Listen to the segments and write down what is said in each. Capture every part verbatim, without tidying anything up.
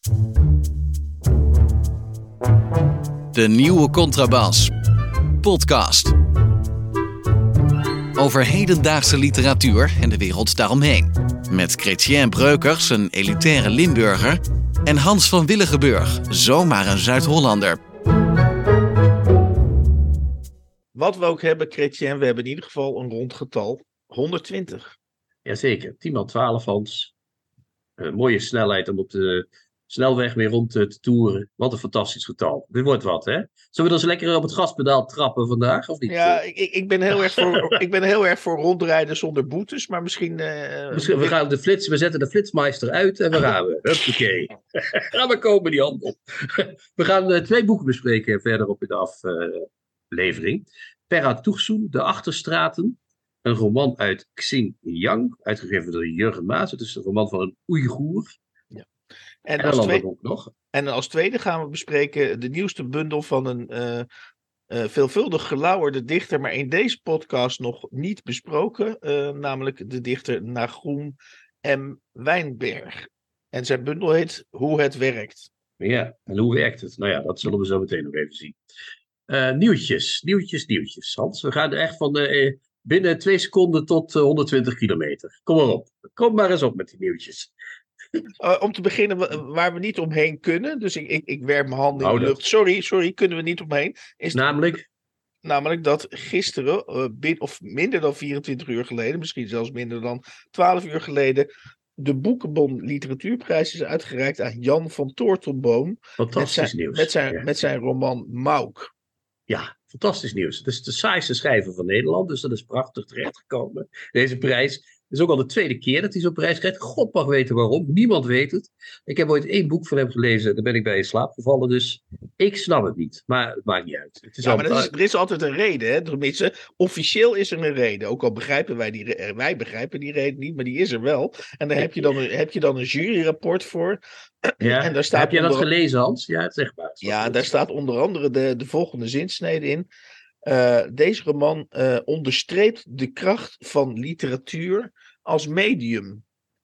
De Nieuwe Contrabas. Podcast. Over hedendaagse literatuur en de wereld daaromheen. Met Chrétien Breukers, een elitaire Limburger. En Hans van Willigenburg, zomaar een Zuid-Hollander. Wat we ook hebben, Chrétien, we hebben in ieder geval een rond getal. honderdtwintig. Jazeker, tien maal twaalf, Hans. Een mooie snelheid om op de snelweg weer rond te, te toeren. Wat een fantastisch getal. Dit wordt wat, hè? Zullen we dus lekker op het gaspedaal trappen vandaag, of niet? Ja, ik, ik, ben, heel erg voor, ik ben heel erg voor rondrijden zonder boetes, maar misschien... Uh, misschien we, gaan de flits, we zetten de flitsmeister uit en we gaan we. Huppakee. Gaan we komen, die handel. We gaan uh, twee boeken bespreken verderop in de aflevering. Uh, Perra Toegsoen, De Achterstraten. Een roman uit Xinjiang, uitgegeven door Jurgen Maas. Het is een roman van een Oeigoer. Ja. En, en, als een tweede, boek nog. en als tweede gaan we bespreken de nieuwste bundel van een uh, uh, veelvuldig gelauwerde dichter, maar in deze podcast nog niet besproken. Uh, namelijk de dichter Nahum M. Wijnberg. En zijn bundel heet Hoe het werkt. Ja, en hoe werkt het? Nou ja, dat zullen we zo meteen nog even zien. Uh, nieuwtjes, nieuwtjes, nieuwtjes. Hans, we gaan er echt van... Uh, binnen twee seconden tot uh, honderdtwintig kilometer. Kom maar op. Kom maar eens op met die nieuwtjes. Uh, om te beginnen waar we niet omheen kunnen. Dus ik, ik, ik werp mijn handen in de lucht. Sorry, sorry, kunnen we niet omheen. Is namelijk? De, namelijk dat gisteren, uh, bin, of minder dan vierentwintig uur geleden, misschien zelfs minder dan twaalf uur geleden, de Boekenbon Literatuurprijs is uitgereikt aan Jan van Toortelboom. Fantastisch met zijn, nieuws. Met zijn, ja. met zijn roman Mauk. Ja, fantastisch nieuws. Het is de saaiste schrijver van Nederland, dus dat is prachtig terechtgekomen. Deze prijs. Het is ook al de tweede keer dat hij zo'n prijs krijgt. God mag weten waarom. Niemand weet het. Ik heb ooit één boek van hem gelezen. Daar ben ik bij in slaap gevallen. Dus ik snap het niet. Maar het maakt niet uit. Het is ja, altijd... maar er is, er is altijd een reden. Hè? Tenminste, officieel is er een reden. Ook al begrijpen wij die reden. Wij begrijpen die reden niet, maar die is er wel. En daar heb je dan een, heb je dan een juryrapport voor. Ja. En daar staat heb je onder... dat gelezen, Hans? Ja, zeg maar. Ja, daar staat onder andere de, de volgende zinsnede in. Uh, deze roman uh, onderstreept de kracht van literatuur als medium.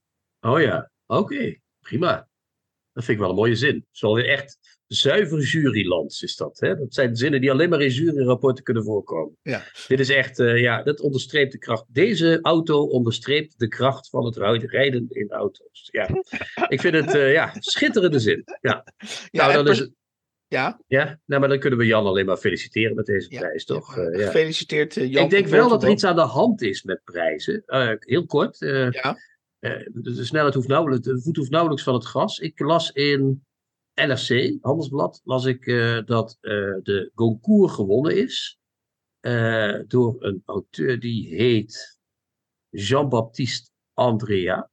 Oh ja, oké, okay. Prima. Dat vind ik wel een mooie zin. Zo weer echt zuiver jurylands is dat. Hè? Dat zijn zinnen die alleen maar in juryrapporten kunnen voorkomen. Ja. Dit is echt, uh, ja, dat onderstreept de kracht. Deze auto onderstreept de kracht van het rijden in auto's. Ja. Ik vind het, uh, ja, schitterende zin. Ja, ja nou, dan pers- is het... Ja? Ja, nou, maar dan kunnen we Jan alleen maar feliciteren met deze ja, prijs, toch? Ja, uh, ja. Gefeliciteerd, uh, Jan. Ik denk wel dat er iets aan de hand is met prijzen. Uh, heel kort. Uh, ja. uh, de snelheid hoeft nauwelijks, de voet hoeft nauwelijks van het gas. Ik las in N R C, Handelsblad, las ik uh, dat uh, de Goncourt gewonnen is. Uh, door een auteur die heet Jean-Baptiste Andrea.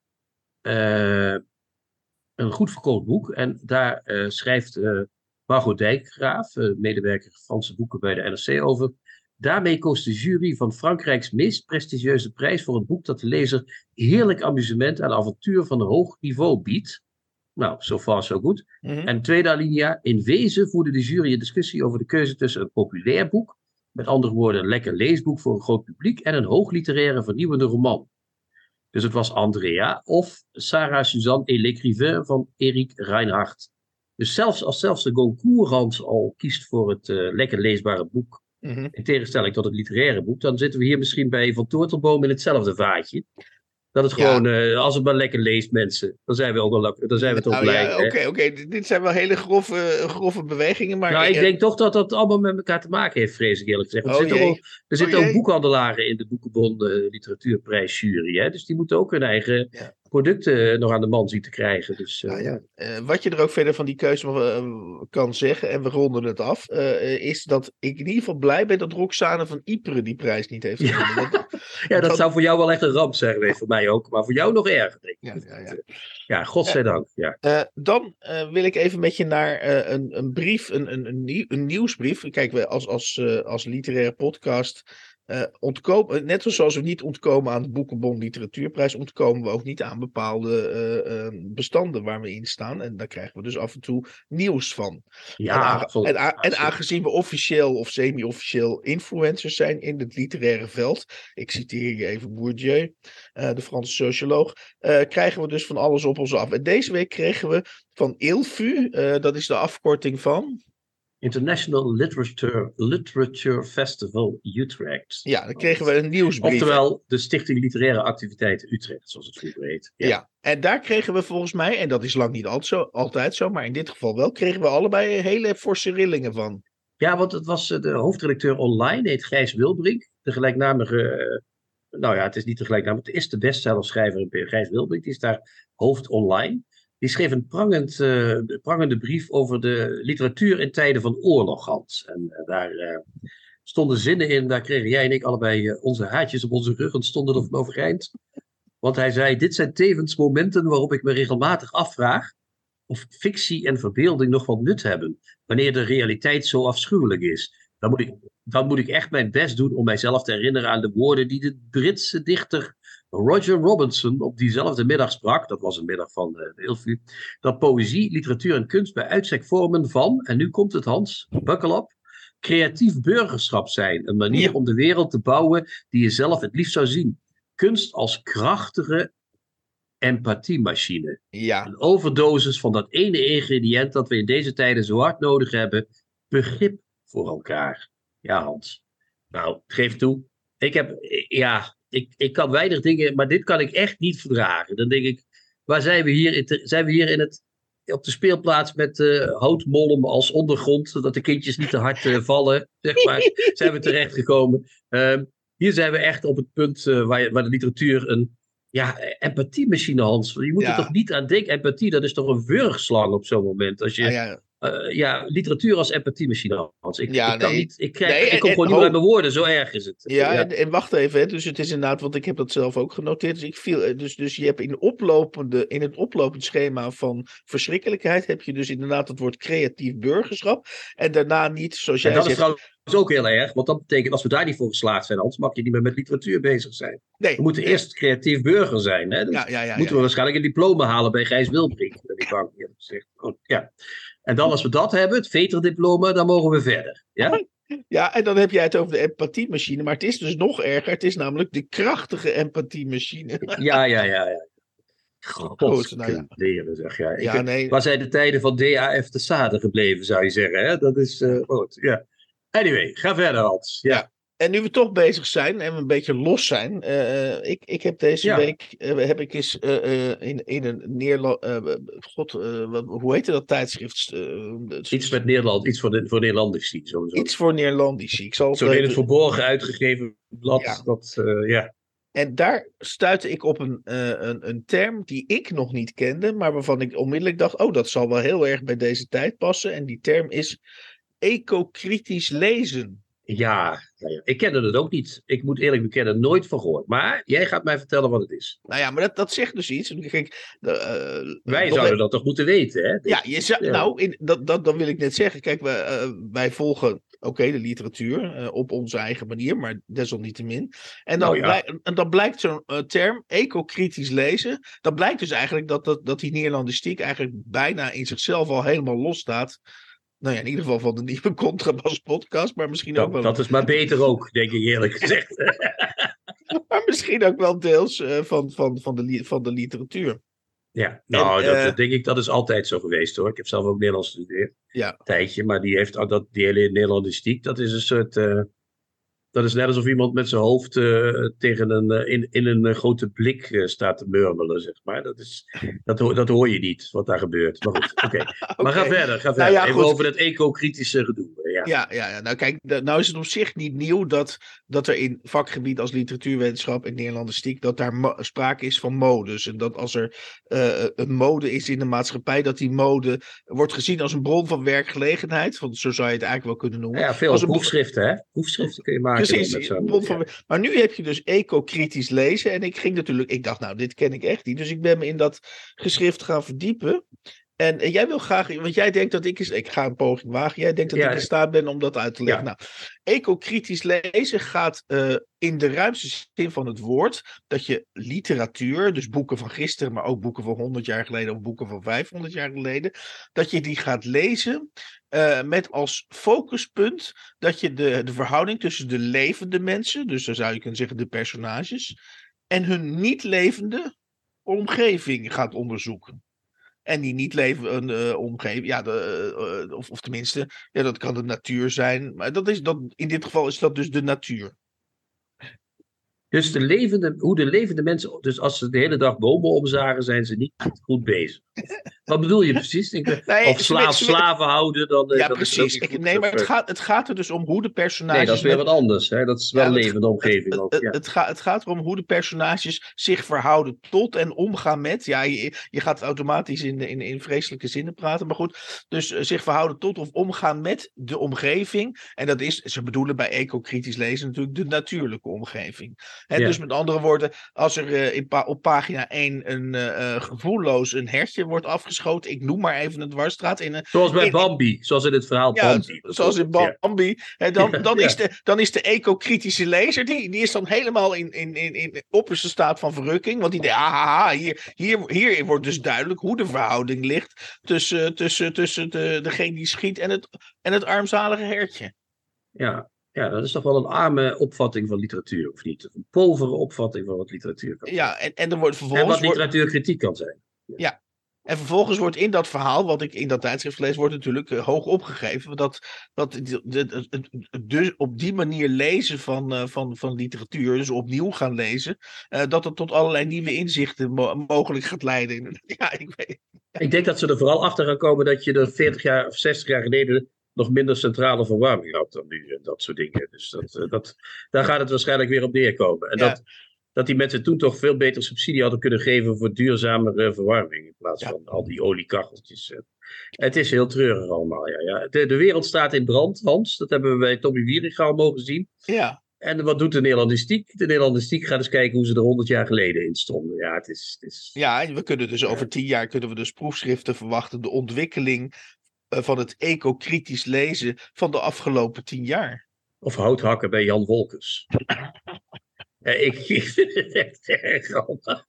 Uh, een goed verkocht boek. En daar uh, schrijft... Uh, Margot Dijkgraaf, medewerker Franse boeken bij de N R C, over. Daarmee koos de jury van Frankrijks meest prestigieuze prijs voor een boek dat de lezer heerlijk amusement en avontuur van een hoog niveau biedt. Nou, so far so good. Mm-hmm. En tweede alinea, in wezen voerde de jury een discussie over de keuze tussen een populair boek, met andere woorden een lekker leesboek voor een groot publiek, en een hoogliteraire vernieuwende roman. Dus het was Andrea of Sarah Suzanne et l'écrivain van Erik Reinhardt. Dus zelfs als zelfs de Goncourt al kiest voor het uh, lekker leesbare boek, mm-hmm. in tegenstelling tot het literaire boek, dan zitten we hier misschien bij Van Toortelboom in hetzelfde vaatje. Dat het gewoon, ja. uh, als het maar lekker leest, mensen, dan zijn we ook wel dan zijn we toch nou, blij. Ja, Oké, okay, okay. Dit zijn wel hele grove, grove bewegingen. Maar nou, ik uh, denk toch dat dat allemaal met elkaar te maken heeft, vrees ik eerlijk gezegd. Want oh, er zitten, ook, er zitten oh, ook boekhandelaren in de Boekenbon uh, Literatuurprijsjury. Hè? Dus die moeten ook hun eigen ja. producten nog aan de man zien te krijgen. Dus, uh, nou, ja. uh, wat je er ook verder van die keuze uh, kan zeggen, en we ronden het af, uh, is dat ik in ieder geval blij ben dat Roxane van Ypres die prijs niet heeft gewonnen. Ja, ja dat, dat zou voor jou wel echt een ramp zijn geweest, voor mij ook. Maar voor jou nog erger, denk ik. Ja, ja, ja. ja godzijdank. Ja. Uh, dan uh, wil ik even met je naar uh, een, een brief, een, een, een, nieuw, een nieuwsbrief. Kijk, we als, als, uh, als literaire podcast Uh, ontkomen, net zoals we niet ontkomen aan de Boekenbon Literatuurprijs, ontkomen we ook niet aan bepaalde uh, uh, bestanden waar we in staan. En daar krijgen we dus af en toe nieuws van. Ja, en, aange- en, a- en aangezien we officieel of semi-officieel influencers zijn in het literaire veld, ik citeer hier even Bourdieu, uh, de Franse socioloog, uh, krijgen we dus van alles op ons af. En deze week kregen we van I L F U, uh, dat is de afkorting van... International Literature, Literature Festival Utrecht. Ja, dan kregen we een nieuwsbrief. Oftewel de Stichting Literaire Activiteiten Utrecht, zoals het vroeger heet. Ja. ja, en daar kregen we volgens mij, en dat is lang niet altijd zo, altijd zo, maar in dit geval wel, kregen we allebei hele forse rillingen van. Ja, want het was de hoofdredacteur online, heet Gijs Wilbrink. De gelijknamige, nou ja, het is niet de gelijknamige, het is de bestsellerschrijver Gijs Wilbrink, die is daar hoofd online. Die schreef een prangend, uh, prangende brief over de literatuur in tijden van oorlog, Hans. En uh, daar uh, stonden zinnen in, daar kregen jij en ik allebei uh, onze haartjes op onze ruggen stonden er van overeind. Want hij zei, dit zijn tevens momenten waarop ik me regelmatig afvraag of fictie en verbeelding nog wat nut hebben, wanneer de realiteit zo afschuwelijk is. Dan moet ik, dan moet ik echt mijn best doen om mijzelf te herinneren aan de woorden die de Britse dichter Roger Robinson op diezelfde middag sprak, dat was een middag van uh, de I L F U, dat poëzie, literatuur en kunst bij uitstek vormen van, en nu komt het Hans, buckle up, creatief burgerschap zijn. Een manier ja. om de wereld te bouwen die je zelf het liefst zou zien. Kunst als krachtige empathiemachine. Ja. Een overdosis van dat ene ingrediënt dat we in deze tijden zo hard nodig hebben. Begrip voor elkaar. Ja, Hans. Nou, geef toe. Ik heb, ja... Ik, ik kan weinig dingen, maar dit kan ik echt niet verdragen. Dan denk ik, waar zijn we hier? In te, zijn we hier in het, op de speelplaats met uh, houtmolm als ondergrond, zodat de kindjes niet te hard uh, vallen, zeg maar, zijn we terechtgekomen. Uh, hier zijn we echt op het punt uh, waar, waar de literatuur een ja, empathiemachine, Hans. Je moet ja. er toch niet aan denken. Empathie, dat is toch een wurgslang op zo'n moment. Als je... Ah, ja. Uh, ja, literatuur als empathiemachine, Hans. Ik, ja, ik, kan nee. niet, ik, krijg, nee, ik kom en, gewoon en, niet uit mijn woorden, zo erg is het. Ja, ja. En, en wacht even, hè. Dus het is inderdaad, want ik heb dat zelf ook genoteerd. Dus, ik viel, dus, dus je hebt in, oplopende, in het oplopend schema van verschrikkelijkheid, heb je dus inderdaad het woord creatief burgerschap. En daarna niet, zoals jij en dat zegt... is trouwens ook heel erg, want dat betekent, als we daar niet voor geslaagd zijn, Hans, mag je niet meer met literatuur bezig zijn. Nee, we moeten nee. eerst creatief burger zijn. Hè? Dus ja, ja, ja, moeten ja, we ja. waarschijnlijk een diploma halen bij Gijs Wilbrink. Ben ik bang, eerlijk gezegd. Goed, ja. En dan als we dat hebben, het veterdiploma, dan mogen we verder. Ja? Ja, en dan heb jij het over de empathiemachine. Maar het is dus nog erger. Het is namelijk de krachtige empathiemachine. Ja, ja, ja. ja. God, nou ja. leren, zeg jij. Ja, Ik, nee. Waar zijn de tijden van D A F de Sade gebleven, zou je zeggen. Hè? Dat is uh, goed, ja. Anyway, ga verder, Hans. Ja. ja. En nu we toch bezig zijn en we een beetje los zijn. Uh, ik, ik heb deze ja. week uh, heb ik eens uh, uh, in, in een Nederland. Uh, God, uh, wat, hoe heette dat tijdschrift? Uh, iets met Nederland, iets voor, de, voor Nederlandici. Sowieso. Iets voor Nederlandici. Ik zal Zo in het verborgen uitgegeven blad. Ja. Dat, uh, ja. En daar stuitte ik op een, uh, een, een term die ik nog niet kende, maar waarvan ik onmiddellijk dacht: oh, dat zal wel heel erg bij deze tijd passen. En die term is ecokritisch lezen. Ja, ja, ik kende het ook niet. Ik moet eerlijk bekennen, nooit van gehoord. Maar jij gaat mij vertellen wat het is. Nou ja, maar dat, dat zegt dus iets. Kijk, uh, wij zouden dat toch moeten weten, hè? Ja, je zou, ja. nou, in, dat, dat, dat wil ik net zeggen. Kijk, wij, uh, wij volgen, oké, okay, de literatuur uh, op onze eigen manier, maar desalniettemin. En dan, nou ja. blijk, en dan blijkt zo'n uh, term, ecokritisch lezen, dan blijkt dus eigenlijk dat, dat, dat die Nederlandistiek eigenlijk bijna in zichzelf al helemaal los staat. Nou ja, in ieder geval van de nieuwe Contrabas podcast, maar misschien dat, ook wel... Dat is maar beter ook, denk ik eerlijk gezegd. Maar misschien ook wel deels uh, van, van, van, de, van de literatuur. Ja, nou, en, dat, uh, dat denk ik, dat is altijd zo geweest hoor. Ik heb zelf ook Nederlands gestudeerd. Ja. Een tijdje, maar die heeft dat, die hele Nederlandistiek, dat is een soort... Uh, dat is net alsof iemand met zijn hoofd uh, tegen een, uh, in, in een uh, grote blik uh, staat te murmelen, zeg maar. Dat, is, dat, ho- dat hoor je niet, wat daar gebeurt. Maar goed, oké. Okay. okay. Maar ga verder, ga verder. Nou ja, even over het eco-kritische gedoe. Ja. Ja, ja, ja, nou kijk, de, nou is het op zich niet nieuw dat, dat er in vakgebied als literatuurwetenschap en Nederlandistiek, dat daar mo- sprake is van modes. En dat als er uh, een mode is in de maatschappij, dat die mode wordt gezien als een bron van werkgelegenheid. Want zo zou je het eigenlijk wel kunnen noemen. Ja, veel als een proefschriften, hè? Proefschriften kun je maken. Precies, van, ja. Maar nu heb je dus eco-kritisch lezen. En ik ging natuurlijk, ik dacht, nou, dit ken ik echt niet. Dus ik ben me in dat geschrift gaan verdiepen. En, en jij wil graag, want jij denkt dat ik, is, ik ga een poging wagen, jij denkt dat Ja, ik in staat ben om dat uit te leggen. ja. Nou, ecokritisch lezen gaat uh, in de ruimste zin van het woord, dat je literatuur, dus boeken van gisteren, maar ook boeken van honderd jaar geleden of boeken van vijfhonderd jaar geleden, dat je die gaat lezen uh, met als focuspunt dat je de, de verhouding tussen de levende mensen, dus dan zou je kunnen zeggen de personages, en hun niet levende omgeving gaat onderzoeken. En die niet levende uh, omgeving, ja, de, uh, of, of tenminste, ja, dat kan de natuur zijn. Maar dat is, dat, in dit geval is dat dus de natuur. Dus de levende, hoe de levende mensen, dus als ze de hele dag bomen omzagen, zijn ze niet goed bezig. Wat bedoel je precies? Ik, nee, of slaaf, ze, slaven houden, dan. Ja, dan precies. Ik, nee, maar het gaat, het gaat er dus om hoe de personages. Nee, dat is weer wat anders. Hè? Dat is wel een ja, levende omgeving. Het, ook, het, ja. het, gaat, het gaat erom hoe de personages zich verhouden tot en omgaan met. Ja, je, je gaat automatisch in, in, in vreselijke zinnen praten, maar goed. Dus uh, zich verhouden tot of omgaan met de omgeving. En dat is, ze bedoelen bij ecokritisch lezen natuurlijk de natuurlijke omgeving. Hè, ja. Dus met andere woorden, als er uh, in pa- op pagina één een uh, gevoelloos een hertje wordt afgeschoten, ik noem maar even een dwarsstraat. In een, zoals bij in, Bambi, zoals in het verhaal ja, Bambi. Zoals in Bambi. Ja. Hè, dan, dan, ja. is de, dan is de eco-kritische lezer, die, die is dan helemaal in, in, in, in opperste staat van verrukking. Want die denkt, ah, hier, hier, hier wordt dus duidelijk hoe de verhouding ligt tussen, tussen, tussen de, degene die schiet en het, en het armzalige hertje. Ja. Ja, dat is toch wel een arme opvatting van literatuur, of niet? Een povere opvatting van wat literatuur kan zijn. Ja, en, en er wordt vervolgens... En wat literatuurkritiek kan zijn. Ja. ja. En vervolgens wordt in dat verhaal, wat ik in dat tijdschrift lees, wordt natuurlijk uh, hoog opgegeven. Dat, dat de, de, de, de, dus op die manier lezen van, uh, van, van literatuur, dus opnieuw gaan lezen, uh, dat het tot allerlei nieuwe inzichten mo- mogelijk gaat leiden. Ja, ik weet. Ja. Ik denk dat ze er vooral achter gaan komen dat je er veertig jaar of zestig jaar geleden nog minder centrale verwarming had dan nu en dat soort dingen. Dus dat, dat, daar gaat het waarschijnlijk weer op neerkomen. En ja. dat, dat die mensen toen toch veel beter subsidie hadden kunnen geven voor duurzamere verwarming in plaats ja. van al die oliekacheltjes. Het is heel treurig allemaal. Ja, ja. De, de wereld staat in brand, Hans. Dat hebben we bij Tommy Wieringa al mogen zien. Ja. En wat doet de Nederlandistiek? De Nederlandistiek gaat eens kijken hoe ze er honderd jaar geleden in stonden. Ja, het is... Het is... ja, en we kunnen dus over tien jaar kunnen we dus proefschriften verwachten. De ontwikkeling van het eco-kritisch lezen van de afgelopen tien jaar. Of houthakken bij Jan Wolkers. ja, ik, ik vind het echt erg allemaal.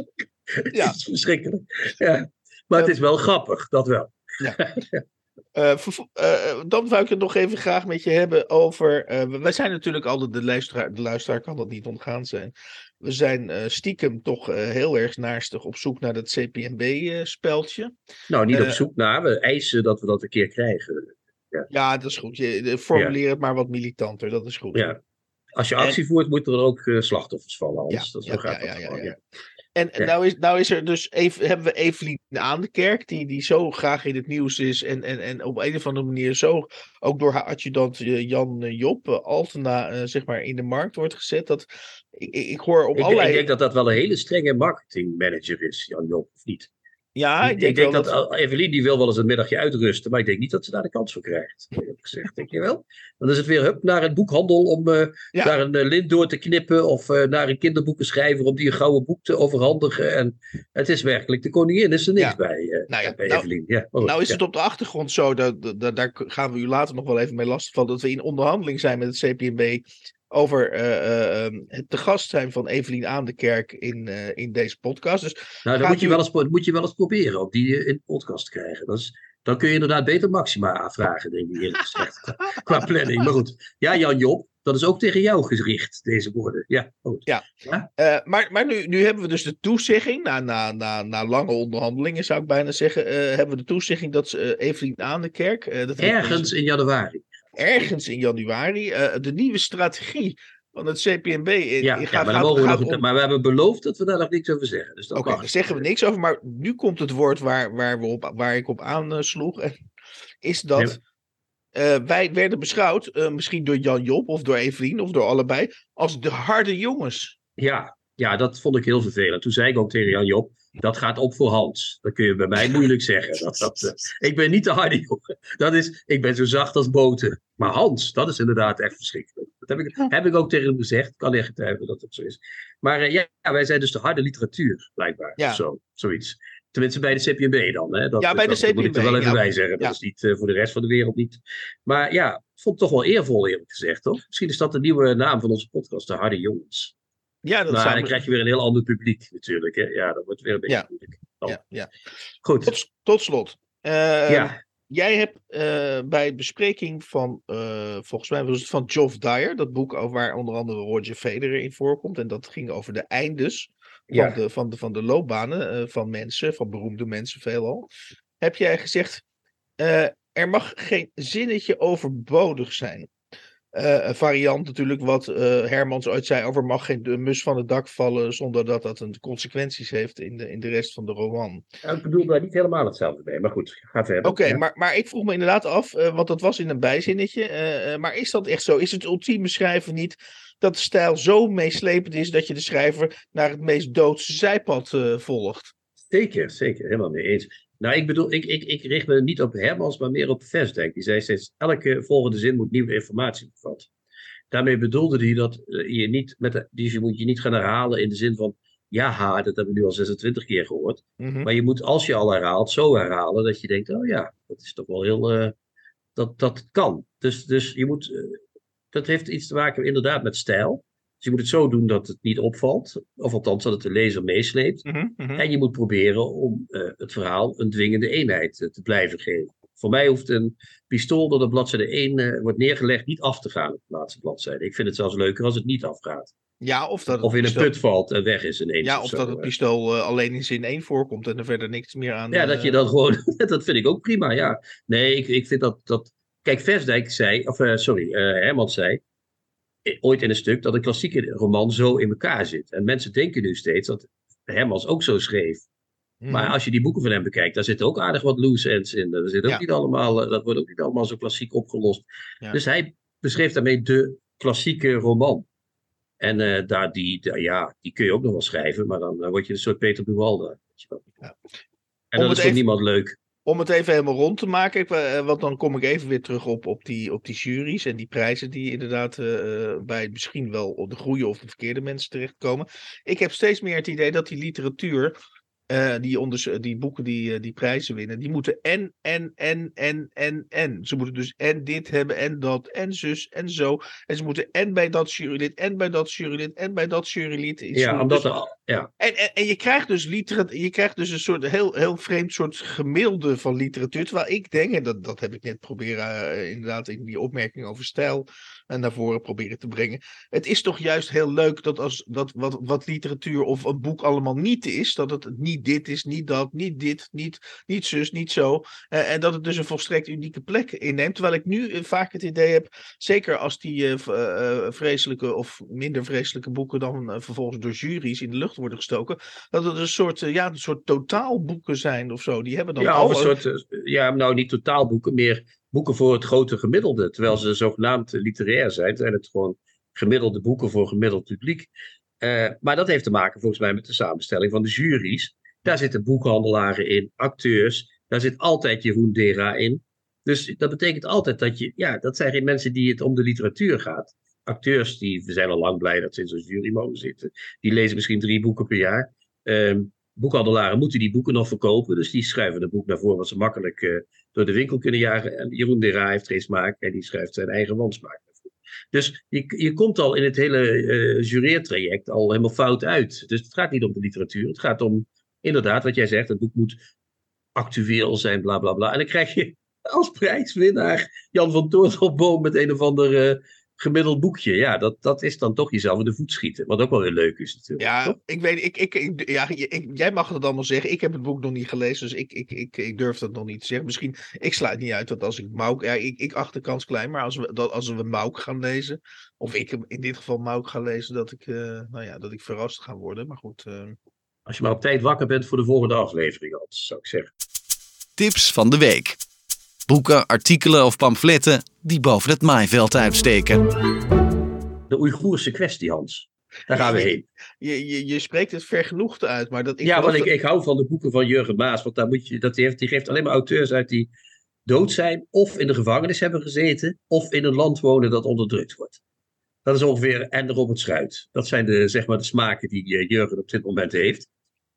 Het ja. is verschrikkelijk. Ja. Maar uh, het is wel grappig, dat wel. Ja. Uh, vervo- uh, dan zou ik het nog even graag met je hebben over... Uh, wij zijn natuurlijk altijd, de luisteraar, de luisteraar kan dat niet ontgaan zijn. We zijn uh, stiekem toch uh, heel erg naarstig op zoek naar dat C P M B-speldje. Uh, nou, niet uh, op zoek naar. We eisen dat we dat een keer krijgen. Ja, ja dat is goed. Je, formuleer ja. het maar wat militanter, dat is goed. Ja. Als je actie en... voert, moeten er ook uh, slachtoffers vallen, Hans. Ja, dat ja, zo gaat ja, dat ja, gewoon, ja, ja. ja. En ja. nou, is, nou is er dus even, hebben we Evelien Aandekerk, die, die zo graag in het nieuws is en, en, en op een of andere manier zo ook door haar adjudant Jan Job Altena uh, zeg maar in de markt wordt gezet. Dat, ik, ik hoor op ik, allerlei... Ik denk dat dat wel een hele strenge marketingmanager is, Jan Job, of niet? Ja, ik ik denk, ik denk wel dat, dat Evelien die wil wel eens een middagje uitrusten, maar ik denk niet dat ze daar de kans voor krijgt. Eerlijk gezegd, denk je wel? Dan is het weer hup naar een boekhandel om uh, ja. naar een uh, lint door te knippen of uh, naar een kinderboekenschrijver om die een gouden boek te overhandigen. En het is werkelijk, de koningin is er niks ja. bij, uh, nou ja, bij nou, Evelien. Ja, oh, nou is ja. het op de achtergrond zo, dat, dat, daar gaan we u later nog wel even mee lastigvallen, dat we in onderhandeling zijn met het C P M B over uh, uh, het te gast zijn van Evelien Aandekerk in, uh, in deze podcast. Dus nou, dan moet je, u... wel eens, moet je wel eens proberen om die uh, in de podcast te krijgen. Dat is, dan kun je inderdaad beter Maxima aanvragen, denk ik eerlijk gezegd. Qua planning. Maar goed, ja, Jan Job, dat is ook tegen jou gericht, deze woorden. Ja, goed. Ja. Ja? Uh, maar maar nu, nu hebben we dus de toezegging, na, na, na, na lange onderhandelingen zou ik bijna zeggen, uh, hebben we de toezegging dat uh, Evelien Aandekerk... Uh, dat ergens dus... in januari. Ergens in januari, uh, de nieuwe strategie van het C P M B. Uh, ja, gaat, ja, maar, gaat, mogen we gaat nog, om... maar we hebben beloofd dat we daar nog niks over zeggen. Dus Oké, okay, daar zeggen we niks over, maar nu komt het woord waar, waar, we op, waar ik op aansloeg. En is dat nee, uh, wij werden beschouwd, uh, misschien door Jan Job of door Evelien of door allebei, als de harde jongens. Ja, ja, dat vond ik heel vervelend. Toen zei ik ook tegen Jan Job, dat gaat ook voor Hans. Dat kun je bij mij moeilijk zeggen. Dat, dat, uh, ik ben niet de harde jongen. Dat is, ik ben zo zacht als boter. Maar Hans, dat is inderdaad echt verschrikkelijk. Dat heb ik, heb ik ook tegen hem gezegd. Ik kan echt getuigen dat dat zo is. Maar uh, ja, wij zijn dus de harde literatuur, blijkbaar. Ja. Of zo, zoiets. Tenminste bij de C P N B dan. Hè? Dat, Ja, bij de dat, C P N B. Dat moet ik er wel even ja. bij zeggen. Dat Ja. is niet uh, voor de rest van de wereld niet. Maar ja, ik vond het toch wel eervol eerlijk gezegd. Toch? Misschien is dat de nieuwe naam van onze podcast. De Harde Jongens. Ja, dat maar zou... dan krijg je weer een heel ander publiek natuurlijk. Hè? Ja, dat wordt weer een beetje Ja. moeilijk. Ja, ja. Goed. Tot, tot slot. Uh, ja. Jij hebt uh, bij de bespreking van, uh, volgens mij was het van Geoff Dyer, dat boek over waar onder andere Roger Federer in voorkomt. En dat ging over de eindes van, Ja. de, van, de, van de loopbanen uh, van mensen, van beroemde mensen veelal. Heb jij gezegd, uh, er mag geen zinnetje overbodig zijn. Uh, een variant natuurlijk wat uh, Hermans ooit zei over mag geen de mus van het dak vallen zonder dat dat een consequenties heeft in de, in de rest van de roman. Ja, ik bedoel daar niet helemaal hetzelfde mee, maar goed, ga verder. Oké, okay, ja. maar, maar ik vroeg me inderdaad af, uh, want dat was in een bijzinnetje, uh, uh, maar is dat echt zo? Is het ultieme schrijven niet dat de stijl zo meeslepend is dat je de schrijver naar het meest doodse zijpad uh, volgt? Zeker, zeker, helemaal mee eens. Nou, ik bedoel, ik, ik, ik richt me niet op Hermans, maar meer op Vestdijk. Die zei steeds, elke volgende zin moet nieuwe informatie bevatten. Daarmee bedoelde hij dat je niet, met de, dus je moet je niet gaan herhalen in de zin van, ja, ha, dat hebben we nu al zesentwintig keer gehoord. Mm-hmm. Maar je moet, als je al herhaalt, zo herhalen dat je denkt, oh ja, dat is toch wel heel, uh, dat, dat kan. Dus, dus je moet, uh, dat heeft iets te maken inderdaad met stijl. Dus je moet het zo doen dat het niet opvalt. Of althans dat het de lezer meesleept. Mm-hmm, mm-hmm. En je moet proberen om uh, het verhaal een dwingende eenheid uh, te blijven geven. Voor mij hoeft een pistool dat op bladzijde één uh, wordt neergelegd niet af te gaan op de laatste bladzijde. Ik vind het zelfs leuker als het niet afgaat. Ja, of dat het of in pistool... een put valt en weg is ineens. Ja, of, of zo, dat het pistool uh, alleen in zin één voorkomt en er verder niks meer aan... Ja, uh... dat je dan gewoon... dat vind ik ook prima, ja. Nee, ik, ik vind dat... dat... Kijk, Vestdijk zei... Of uh, sorry, uh, Hermans zei... ooit in een stuk dat een klassieke roman zo in elkaar zit. En mensen denken nu steeds dat Hermans ook zo schreef. Mm-hmm. Maar als je die boeken van hem bekijkt, daar zitten ook aardig wat loose ends in. Dat, zit ook ja. niet allemaal, dat wordt ook niet allemaal zo klassiek opgelost. Ja. Dus hij beschreef daarmee de klassieke roman. En uh, daar, die, die, ja, die kun je ook nog wel schrijven, maar dan uh, word je een soort Peter Buwalda. Ja. En dat is voor even... niemand leuk. Om het even helemaal rond te maken, ik, want dan kom ik even weer terug op, op, die, op die juries en die prijzen die inderdaad uh, bij misschien wel op de goede of de verkeerde mensen terechtkomen. Ik heb steeds meer het idee dat die literatuur, uh, die, onders, die boeken die, uh, die prijzen winnen, die moeten en, en, en, en, en, en. Ze moeten dus en dit hebben en dat en zus en zo. En ze moeten en bij dat jurylid en bij dat jurylid en bij dat jurylid. Ja, omdat dus, er, ja. En, en, en je krijgt dus literatuur, je krijgt dus een soort heel, heel vreemd soort gemiddelde van literatuur. Terwijl ik denk, en dat, dat heb ik net proberen uh, inderdaad in die opmerking over stijl uh, naar voren proberen te brengen. Het is toch juist heel leuk dat als dat wat, wat literatuur of een boek allemaal niet is, dat het niet dit is, niet dat, niet dit, niet, niet zus, niet zo. Uh, en dat het dus een volstrekt unieke plek inneemt. Terwijl ik nu uh, vaak het idee heb, zeker als die uh, uh, vreselijke of minder vreselijke boeken dan uh, vervolgens door juries in de lucht worden gestoken, dat het een soort, uh, ja, een soort totaalboeken zijn of zo. Die hebben dan ja, al of een soort, uh, ja, nou niet totaalboeken, meer boeken voor het grote gemiddelde. Terwijl ze zogenaamd literair zijn, zijn het gewoon gemiddelde boeken voor gemiddeld publiek. Uh, maar dat heeft te maken volgens mij met de samenstelling van de juries. Daar zitten boekhandelaren in, acteurs. Daar zit altijd Jeroen Dera in. Dus dat betekent altijd dat je... Ja, dat zijn geen mensen die het om de literatuur gaat. Acteurs, die we zijn al lang blij dat ze in zo'n jury mogen zitten. Die lezen misschien drie boeken per jaar. Um, boekhandelaren moeten die boeken nog verkopen. Dus die schrijven het boek naar voren wat ze makkelijk uh, door de winkel kunnen jagen. En Jeroen Dera heeft geen smaak en die schrijft zijn eigen wansmaak. Dus je, je komt al in het hele uh, jureertraject al helemaal fout uit. Dus het gaat niet om de literatuur. Het gaat om, inderdaad, wat jij zegt, het boek moet actueel zijn, bla bla bla. En dan krijg je als prijswinnaar Jan van Toortelboom met een of ander uh, gemiddeld boekje. Ja, dat, dat is dan toch jezelf in de voet schieten. Wat ook wel heel leuk is natuurlijk. Ja, toch? ik weet, ik, ik, ik, ja, ik, jij mag het allemaal zeggen. Ik heb het boek nog niet gelezen, dus ik, ik, ik, ik durf dat nog niet te zeggen. Misschien, ik sluit niet uit dat als ik Mauk, ja, ik, ik acht de kans klein, maar als we, dat, als we Mauk gaan lezen, of ik in dit geval Mauk ga lezen, dat ik, uh, nou ja, dat ik verrast ga worden. Maar goed. Uh... Als je maar op tijd wakker bent voor de volgende aflevering, anders, zou ik zeggen. Tips van de week. Boeken, artikelen of pamfletten die boven het maaiveld uitsteken. De Oeigoerse kwestie, Hans. Daar gaan we heen. Je, je, je spreekt het vergenoegd uit, maar dat ik... Ja, want dat... ik, ik hou van de boeken van Jurgen Maas, want daar moet je, dat heeft, die geeft alleen maar auteurs uit die dood zijn, of in de gevangenis hebben gezeten, of in een land wonen dat onderdrukt wordt. Dat is ongeveer en Robert Schuit. Dat zijn de, zeg maar, de smaken die Jurgen op dit moment heeft.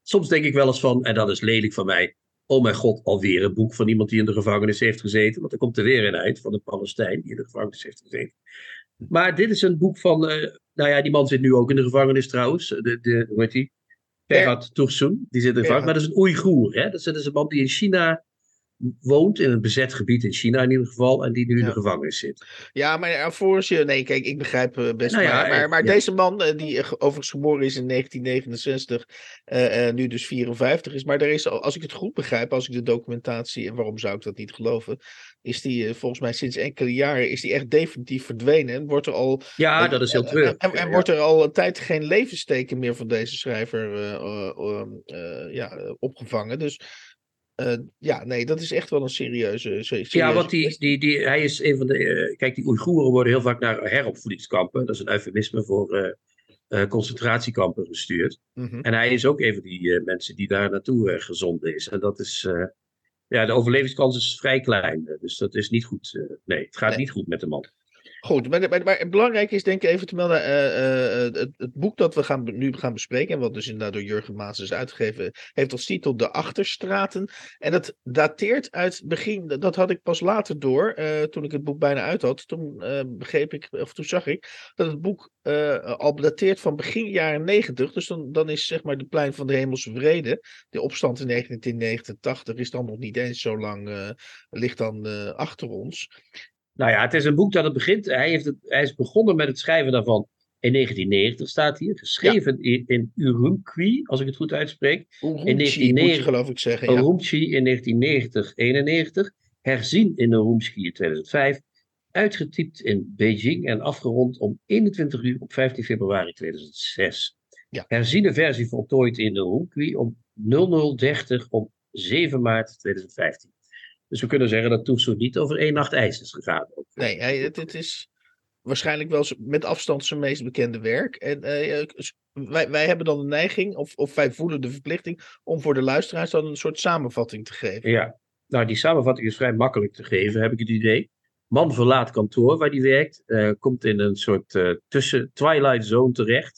soms denk ik wel eens van, en dat is lelijk van mij, oh mijn god, alweer een boek van iemand die in de gevangenis heeft gezeten. Want er komt er weer een uit van een Palestijn die in de gevangenis heeft gezeten. Maar dit is een boek van, uh, nou ja, die man zit nu ook in de gevangenis trouwens. De, de, hoe heet die? Ferhat Tursun, die zit in de gevangenis. Maar dat is een Oeigoer. Hè? Dat is, dat is een man die in China woont, in een bezet gebied in China in ieder geval, en die nu ja. in de gevangenis zit. Ja, maar volgens je, nee, kijk, ik begrijp uh, best. Nou ja, maar maar, maar ja. deze man, uh, die uh, overigens geboren is in negentien negenenzestig, uh, uh, nu dus vierenvijftig is, maar er is, als ik het goed begrijp, als ik de documentatie, en waarom zou ik dat niet geloven, is die uh, volgens mij sinds enkele jaren, is die echt definitief verdwenen. En wordt er al... Ja, uh, dat is heel treurig. En, en, en ja. wordt er al een tijd geen levensteken meer van deze schrijver uh, uh, uh, ja, uh, opgevangen. Dus... Uh, ja, nee, dat is echt wel een serieuze... serieuze ja, want die, die, die, hij is een van de... Uh, kijk, die Oeigoeren worden heel vaak naar heropvoedingskampen. Dat is een eufemisme voor uh, uh, concentratiekampen gestuurd. Mm-hmm. En hij is ook een van die uh, mensen die daar naartoe uh, gezonden is. En dat is... Uh, ja, de overlevingskans is vrij klein. Dus dat is niet goed. Uh, nee, het gaat nee. niet goed met de man. Goed, maar, maar, maar belangrijk is denk ik even te melden, uh, uh, het, het boek dat we gaan, nu gaan bespreken, en wat dus inderdaad door Jurgen Maas is uitgegeven, heeft als titel De Achterstraten. En dat dateert uit begin, dat had ik pas later door, uh, toen ik het boek bijna uit had. Toen uh, begreep ik, of toen zag ik, dat het boek uh, al dateert van begin jaren negentig. Dus dan, dan is zeg maar de Plein van de Hemelse Vrede, de opstand in negentien negenentachtig, is dan nog niet eens zo lang, uh, ligt dan uh, achter ons. Nou ja, het is een boek dat het begint. Hij, heeft het, hij is begonnen met het schrijven daarvan in negentien negentig, staat hier. Geschreven ja. in, in Urumqi, als ik het goed uitspreek. Urumqi, in negentien negentig, geloof ik zeggen. Ja. Urumqi in negentien negentig eenennegentig. Herzien in Urumqi in tweeduizend vijf. Uitgetypt in Beijing en afgerond om eenentwintig uur op vijftien februari tweeduizend zes. Ja. Herziene versie voltooid in Urumqi om nul nul dertig op zeven maart tweeduizend vijftien. Dus we kunnen zeggen dat Tursun niet over één nacht ijs is gegaan. Nee, hij, het, het is waarschijnlijk wel met afstand zijn meest bekende werk. En uh, wij, wij hebben dan de neiging, of, of wij voelen de verplichting, om voor de luisteraars dan een soort samenvatting te geven. Ja, nou die samenvatting is vrij makkelijk te geven, heb ik het idee. Man verlaat kantoor waar hij werkt, uh, komt in een soort uh, tussen Twilight Zone terecht.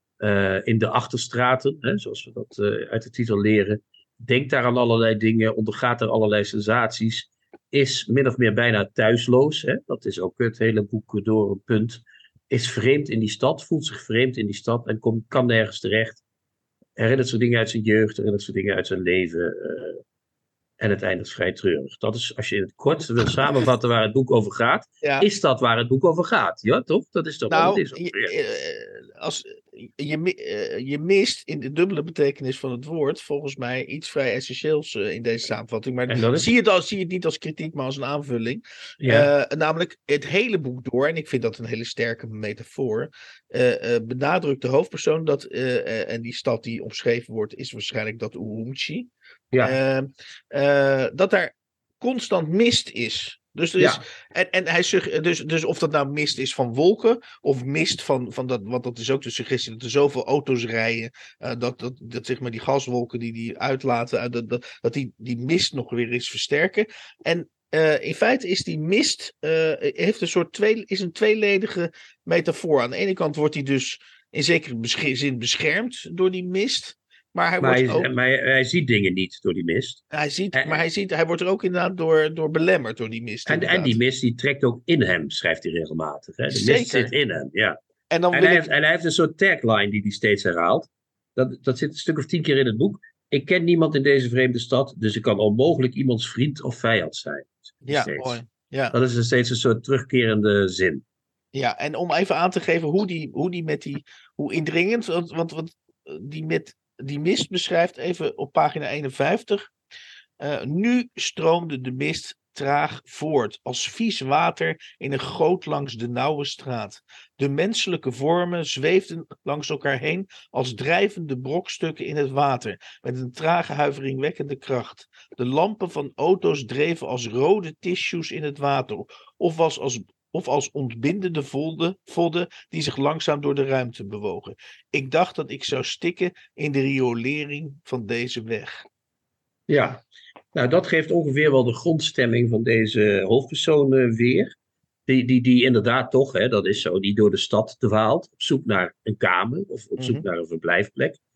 Uh, in de achterstraten, hè, zoals we dat uh, uit de titel leren. Denkt daar aan allerlei dingen, ondergaat er allerlei sensaties, is min of meer bijna thuisloos. Hè? Dat is ook het hele boek door een punt. Is vreemd in die stad, voelt zich vreemd in die stad en komt, kan nergens terecht. Herinnert zich dingen uit zijn jeugd, herinnert zich dingen uit zijn leven. Uh, en het eindigt vrij treurig. Dat is, als je in het kort wil samenvatten waar het boek over gaat, ja. Is dat waar het boek over gaat? Ja, toch? Dat is toch nou, wat het is. Je, als, je, je mist in de dubbele betekenis van het woord volgens mij iets vrij essentieels uh, in deze samenvatting. Maar zie, je het al, zie je het niet als kritiek, maar als een aanvulling. Ja. Uh, namelijk het hele boek door, en ik vind dat een hele sterke metafoor, uh, uh, benadrukt de hoofdpersoon dat, uh, uh, en die stad die omschreven wordt, is waarschijnlijk dat Urumqi. Ja. Uh, uh, dat daar constant mist is. Dus, er is ja. en, en hij zegt, dus, dus of dat nou mist is van wolken, of mist van, van dat, want dat is ook de suggestie dat er zoveel auto's rijden, uh, dat, dat, dat zeg maar die gaswolken die die uitlaten, uh, dat, dat, dat die, die mist nog weer eens versterken. En uh, in feite is die mist, uh, heeft een soort twee, is een tweeledige metafoor. Aan de ene kant wordt hij dus in zekere besche- zin beschermd door die mist. Maar, hij, maar, wordt hij, ook, maar hij, hij ziet dingen niet door die mist. Hij ziet, en, maar hij, ziet, hij wordt er ook inderdaad door, door belemmerd door die mist. En, en die mist die trekt ook in hem, schrijft hij regelmatig. Hè? De Zeker. mist zit in hem, ja. En, dan en, wil hij ik... heeft, en hij heeft een soort tagline die hij steeds herhaalt. Dat, dat zit een stuk of tien keer in het boek. Ik ken niemand in deze vreemde stad, dus ik kan onmogelijk iemands vriend of vijand zijn. Ja, mooi. Ja. Dat is dus steeds een soort terugkerende zin. Ja, en om even aan te geven hoe die, hoe die met die, hoe indringend, want, want, want die met die mist beschrijft even op pagina eenenvijftig. Uh, nu stroomde de mist traag voort, als vies water in een goot langs de nauwe straat. De menselijke vormen zweefden langs elkaar heen als drijvende brokstukken in het water, met een trage huiveringwekkende kracht. De lampen van auto's dreven als rode tissues in het water, of was als Of als ontbindende vodden, vodden die zich langzaam door de ruimte bewogen. Ik dacht dat ik zou stikken in de riolering van deze weg. Ja, nou dat geeft ongeveer wel de grondstemming van deze hoofdpersoon uh, weer. Die, die, die inderdaad toch, hè, dat is zo, die door de stad dwaalt. Op zoek naar een kamer of op zoek mm-hmm. naar een verblijfplek.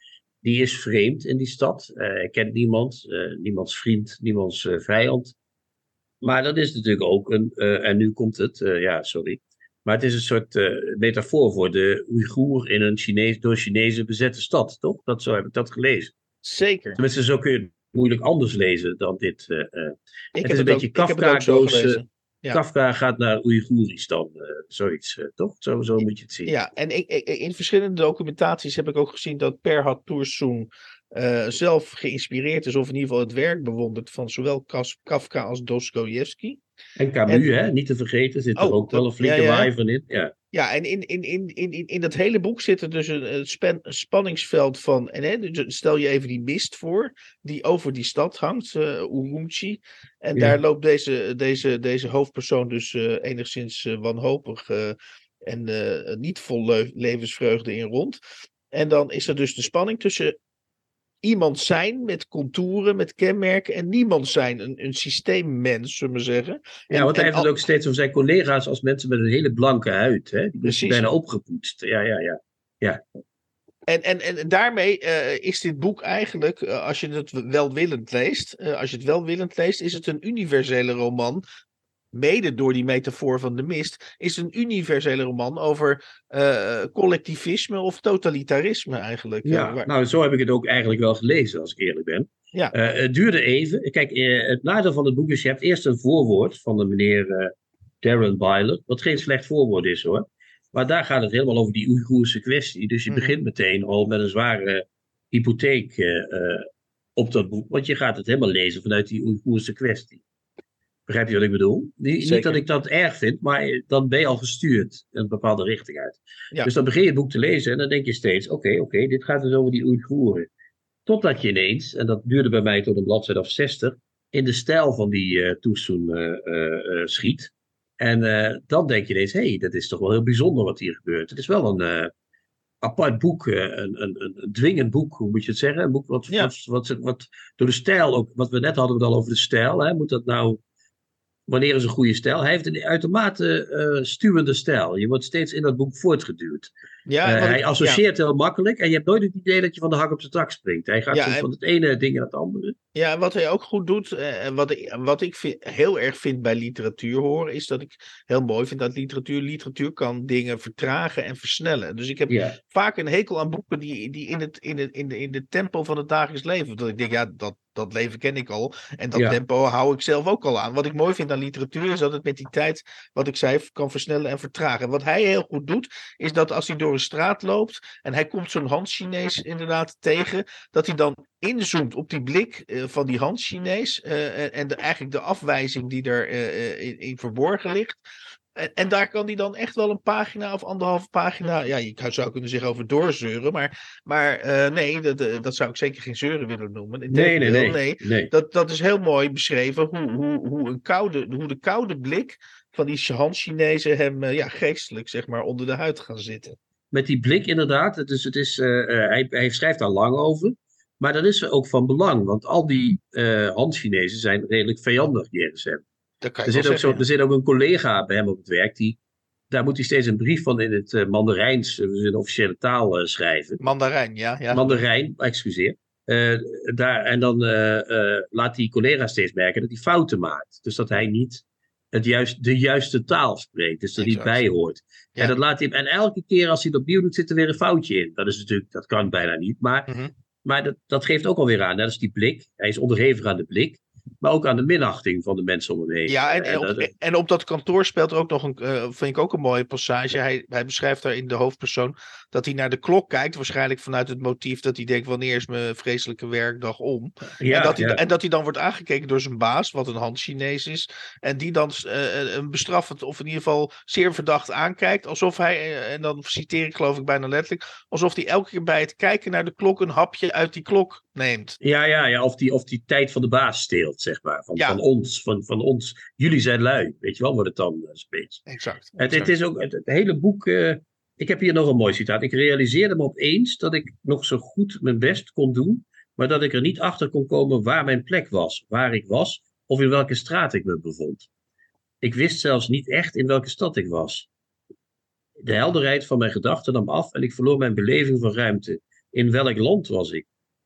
die is vreemd in die stad. Uh, hij kent niemand, uh, niemands vriend, niemands uh, vijand. Maar dat is natuurlijk ook een, uh, en nu komt het, uh, ja, sorry. Maar het is een soort uh, metafoor voor de Oeigoer in een Chinees, door Chinezen bezette stad, toch? Dat, zo heb ik dat gelezen. Zeker. Tenminste, zo kun je het moeilijk anders lezen dan dit. Uh, uh. Het ik is een het beetje ook, Kafka-goos. Ja. Kafka gaat naar Oeigoeristan, uh, zoiets, uh, toch? Zo, zo moet je het zien. Ja, en ik, ik, in verschillende documentaties heb ik ook gezien dat Perhat Tursun uh, zelf geïnspireerd is, of in ieder geval het werk bewondert van zowel Kafka als Dostojevski. En Camus, en, hè? Niet te vergeten, zit er oh, ook dat, wel een flinke ja, ja. waai van in. Ja, ja en in, in, in, in, in, in dat hele boek zit er dus een, een, span, een spanningsveld van, en, hè, dus stel je even die mist voor, die over die stad hangt, uh, Urumqi. En ja. daar loopt deze, deze, deze hoofdpersoon dus uh, enigszins uh, wanhopig uh, en uh, niet vol le- levensvreugde in rond. En dan is er dus de spanning tussen iemand zijn met contouren, met kenmerken en niemand zijn. Een, een systeemmens, zullen we zeggen. Ja, en, want hij en heeft het al... ook steeds over zijn collega's als mensen met een hele blanke huid. Hè? Die is bijna opgepoetst. Ja, ja, ja. ja. En, en, en daarmee uh, is dit boek eigenlijk, uh, als je het welwillend leest, uh, als je het welwillend leest, is het een universele roman. Mede door die metafoor van de mist, is een universele roman over uh, collectivisme of totalitarisme eigenlijk. Ja, uh, waar... nou zo heb ik het ook eigenlijk wel gelezen, als ik eerlijk ben. Ja. Uh, het duurde even. Kijk, uh, het nadeel van het boek is, je hebt eerst een voorwoord van de meneer uh, Darren Byler, wat geen slecht voorwoord is hoor. Maar daar gaat het helemaal over die Oeigoerse kwestie. Dus je mm-hmm. begint meteen al met een zware hypotheek uh, uh, op dat boek, want je gaat het helemaal lezen vanuit die Oeigoerse kwestie. Begrijp je wat ik bedoel? Niet, niet dat ik dat erg vind, maar dan ben je al gestuurd in een bepaalde richting uit. Ja. Dus dan begin je het boek te lezen en dan denk je steeds, oké, okay, oké, okay, dit gaat dus over die Oeigoeren. Totdat je ineens, en dat duurde bij mij tot een bladzijde of zestig, in de stijl van die uh, Tursun uh, uh, uh, schiet. En uh, dan denk je ineens, hé, hey, dat is toch wel heel bijzonder wat hier gebeurt. Het is wel een uh, apart boek, uh, een, een, een dwingend boek, hoe moet je het zeggen? Een boek wat, ja. wat, wat, wat, wat door de stijl, ook, wat we net hadden we het al over de stijl, hè? Moet dat nou... Wanneer is een goede stijl? Hij heeft een uitermate uh, stuwende stijl. Je wordt steeds in dat boek voortgeduwd. Ja, uh, hij ik, associeert ja. heel makkelijk. En je hebt nooit het idee dat je van de hak op de tak springt. Hij gaat ja, soms en, van het ene ding naar het andere. Ja, en wat hij ook goed doet. En uh, wat ik, wat ik vind, heel erg vind bij literatuur horen. Is dat ik heel mooi vind dat literatuur. Literatuur kan dingen vertragen en versnellen. Dus ik heb ja. vaak een hekel aan boeken die, die in, het, in, het, in, de, in de tempo van het dagelijks leven. Dat ik denk, ja, dat. Dat leven ken ik al. En dat ja. tempo hou ik zelf ook al aan. Wat ik mooi vind aan literatuur is dat het met die tijd, wat ik zei, kan versnellen en vertragen. Wat hij heel goed doet, is dat als hij door een straat loopt en hij komt zo'n Han-Chinees inderdaad tegen, dat hij dan inzoomt op die blik uh, van die Han-Chinees uh, en de, eigenlijk de afwijzing die er uh, in, in verborgen ligt. En, en daar kan hij dan echt wel een pagina of anderhalve pagina, ja, je zou kunnen zeggen over doorzeuren, maar, maar uh, nee, dat, dat zou ik zeker geen zeuren willen noemen. Nee, nee, nee, nee. nee. Dat, dat is heel mooi beschreven, hoe, hoe, hoe, een koude, hoe de koude blik van die Han-Chinezen hem uh, ja, geestelijk, zeg maar, onder de huid gaan zitten. Met die blik inderdaad, dus het is, uh, uh, hij, hij schrijft daar lang over, maar dat is ook van belang, want al die uh, Han-Chinezen zijn redelijk vijandig jegens hem. Er zit, zeggen, zo, ja. er zit ook een collega bij hem op het werk, die, daar moet hij steeds een brief van in het uh, Mandarijns, uh, in de officiële taal, uh, schrijven. Mandarijn, ja. ja. Mandarijn, excuseer. Uh, daar, en dan uh, uh, laat die collega steeds merken dat hij fouten maakt. Dus dat hij niet het juist, de juiste taal spreekt, dus er niet bij hoort. Ja. En, dat laat hij, en elke keer als hij het opnieuw doet, zit er weer een foutje in. Dat is natuurlijk, dat kan bijna niet, maar, mm-hmm. maar dat, dat geeft ook alweer aan. Dat is die blik, hij is onderhevig aan de blik. Maar ook aan de minachting van de mensen om hem heen. Ja, en, en, op, en op dat kantoor speelt er ook nog een, uh, vind ik ook een mooie passage. Hij, hij beschrijft daar in de hoofdpersoon dat hij naar de klok kijkt. Waarschijnlijk vanuit het motief dat hij denkt, wanneer is mijn vreselijke werkdag om? Ja, en, dat hij, ja. en dat hij dan wordt aangekeken door zijn baas, wat een Han-Chinees is. En die dan uh, een bestraffend, of in ieder geval zeer verdacht aankijkt. Alsof hij, uh, en dan citeer ik geloof ik bijna letterlijk, alsof hij elke keer bij het kijken naar de klok een hapje uit die klok neemt. Ja, ja, ja, of die, of die tijd van de baas steelt, zeg maar. Van, ja. van ons, van, van ons. Jullie zijn lui, weet je wel, wordt het dan uh, een beetje. Exact. Het, exact. het is ook, het, het hele boek, uh, ik heb hier nog een mooi citaat. Ik realiseerde me opeens dat ik nog zo goed mijn best kon doen, maar dat ik er niet achter kon komen waar mijn plek was, waar ik was, of in welke straat ik me bevond. Ik wist zelfs niet echt in welke stad ik was. De helderheid van mijn gedachten nam af en ik verloor mijn beleving van ruimte. In welk land was ik?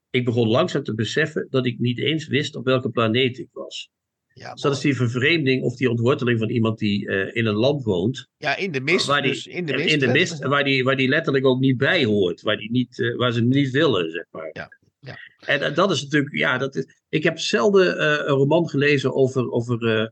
ik begon langzaam te beseffen dat ik niet eens wist op welke planeet ik was. Ja, Dus dat is die vervreemding of die ontworteling van iemand die uh, in een land woont. Ja, in de mist. Waar die, dus in de mist, in de mist waar, die, waar die letterlijk ook niet bij hoort. Waar, die niet, uh, waar ze niet willen, zeg maar. Ja, ja. En uh, dat is natuurlijk, ja, dat is, ik heb zelden uh, een roman gelezen over, over uh,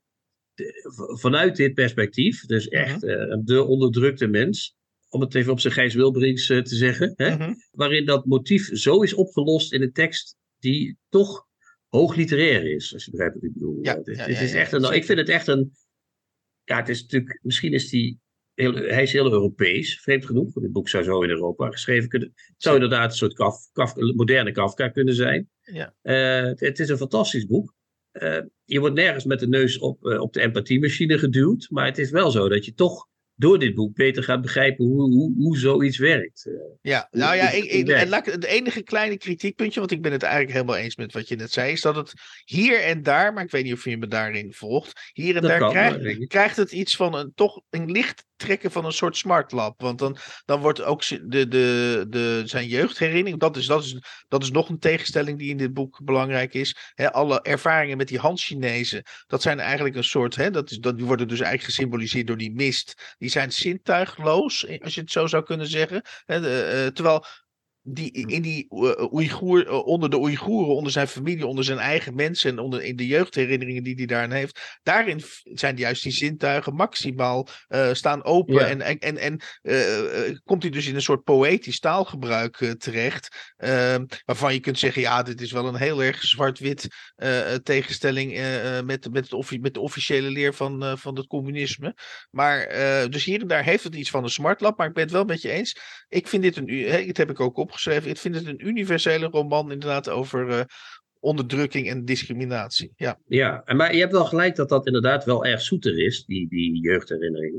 de, vanuit dit perspectief. Dus echt uh, de onderdrukte mens. Om het even op zijn Gijs Wilbrings uh, te zeggen. Hè? Mm-hmm. Waarin dat motief zo is opgelost in een tekst die toch hoogliterair is. Als je begrijpt wat ik bedoel. Ja, het, ja, het is ja, echt een, ja, ik vind het echt een... Ja, het is natuurlijk... Misschien is die... Heel, hij is heel Europees, vreemd genoeg. Dit boek zou zo in Europa geschreven kunnen. Het zou inderdaad een soort Kaf, Kaf, moderne Kafka kunnen zijn. Ja. Uh, het, het is een fantastisch boek. Uh, je wordt nergens met de neus op, uh, op de empathiemachine geduwd. Maar het is wel zo dat je toch door dit boek beter gaat begrijpen hoe, hoe, hoe zoiets werkt. Uh, ja, hoe, nou ja, hoe, ik, ik, en laat ik, het enige kleine kritiekpuntje, want ik ben het eigenlijk helemaal eens met wat je net zei, is dat het hier en daar, maar ik weet niet of je me daarin volgt, hier en dat daar kan, krijgt, krijgt het iets van een, toch een licht trekken van een soort smart lab. Want dan, dan wordt ook de, de, de, zijn jeugdherinnering, dat is, dat, is, dat is nog een tegenstelling die in dit boek belangrijk is. He, alle ervaringen met die Han-Chinezen, dat zijn eigenlijk een soort, he, dat is, dat, die worden dus eigenlijk gesymboliseerd door die mist. Die zijn zintuigloos, als je het zo zou kunnen zeggen. He, de, uh, terwijl die, in die uh, Oeigoer, uh, onder de Oeigoeren, onder zijn familie, onder zijn eigen mensen en onder, in de jeugdherinneringen die hij daarin heeft, daarin zijn juist die zintuigen maximaal uh, staan open. Ja. En, en, en, en uh, uh, komt hij dus in een soort poëtisch taalgebruik uh, terecht, uh, waarvan je kunt zeggen, ja, dit is wel een heel erg zwart-wit uh, tegenstelling uh, met, met, het offi- met de officiële leer van, uh, van het communisme. Maar uh, dus hier en daar heeft het iets van een smart lab, maar ik ben het wel met je eens. Ik vind dit een, hè, dat heb ik ook opgeschreven. Ik vind het een universele roman inderdaad over uh, onderdrukking en discriminatie. Ja, ja, maar je hebt wel gelijk dat dat inderdaad wel erg zoeter is, die, die jeugdherinnering.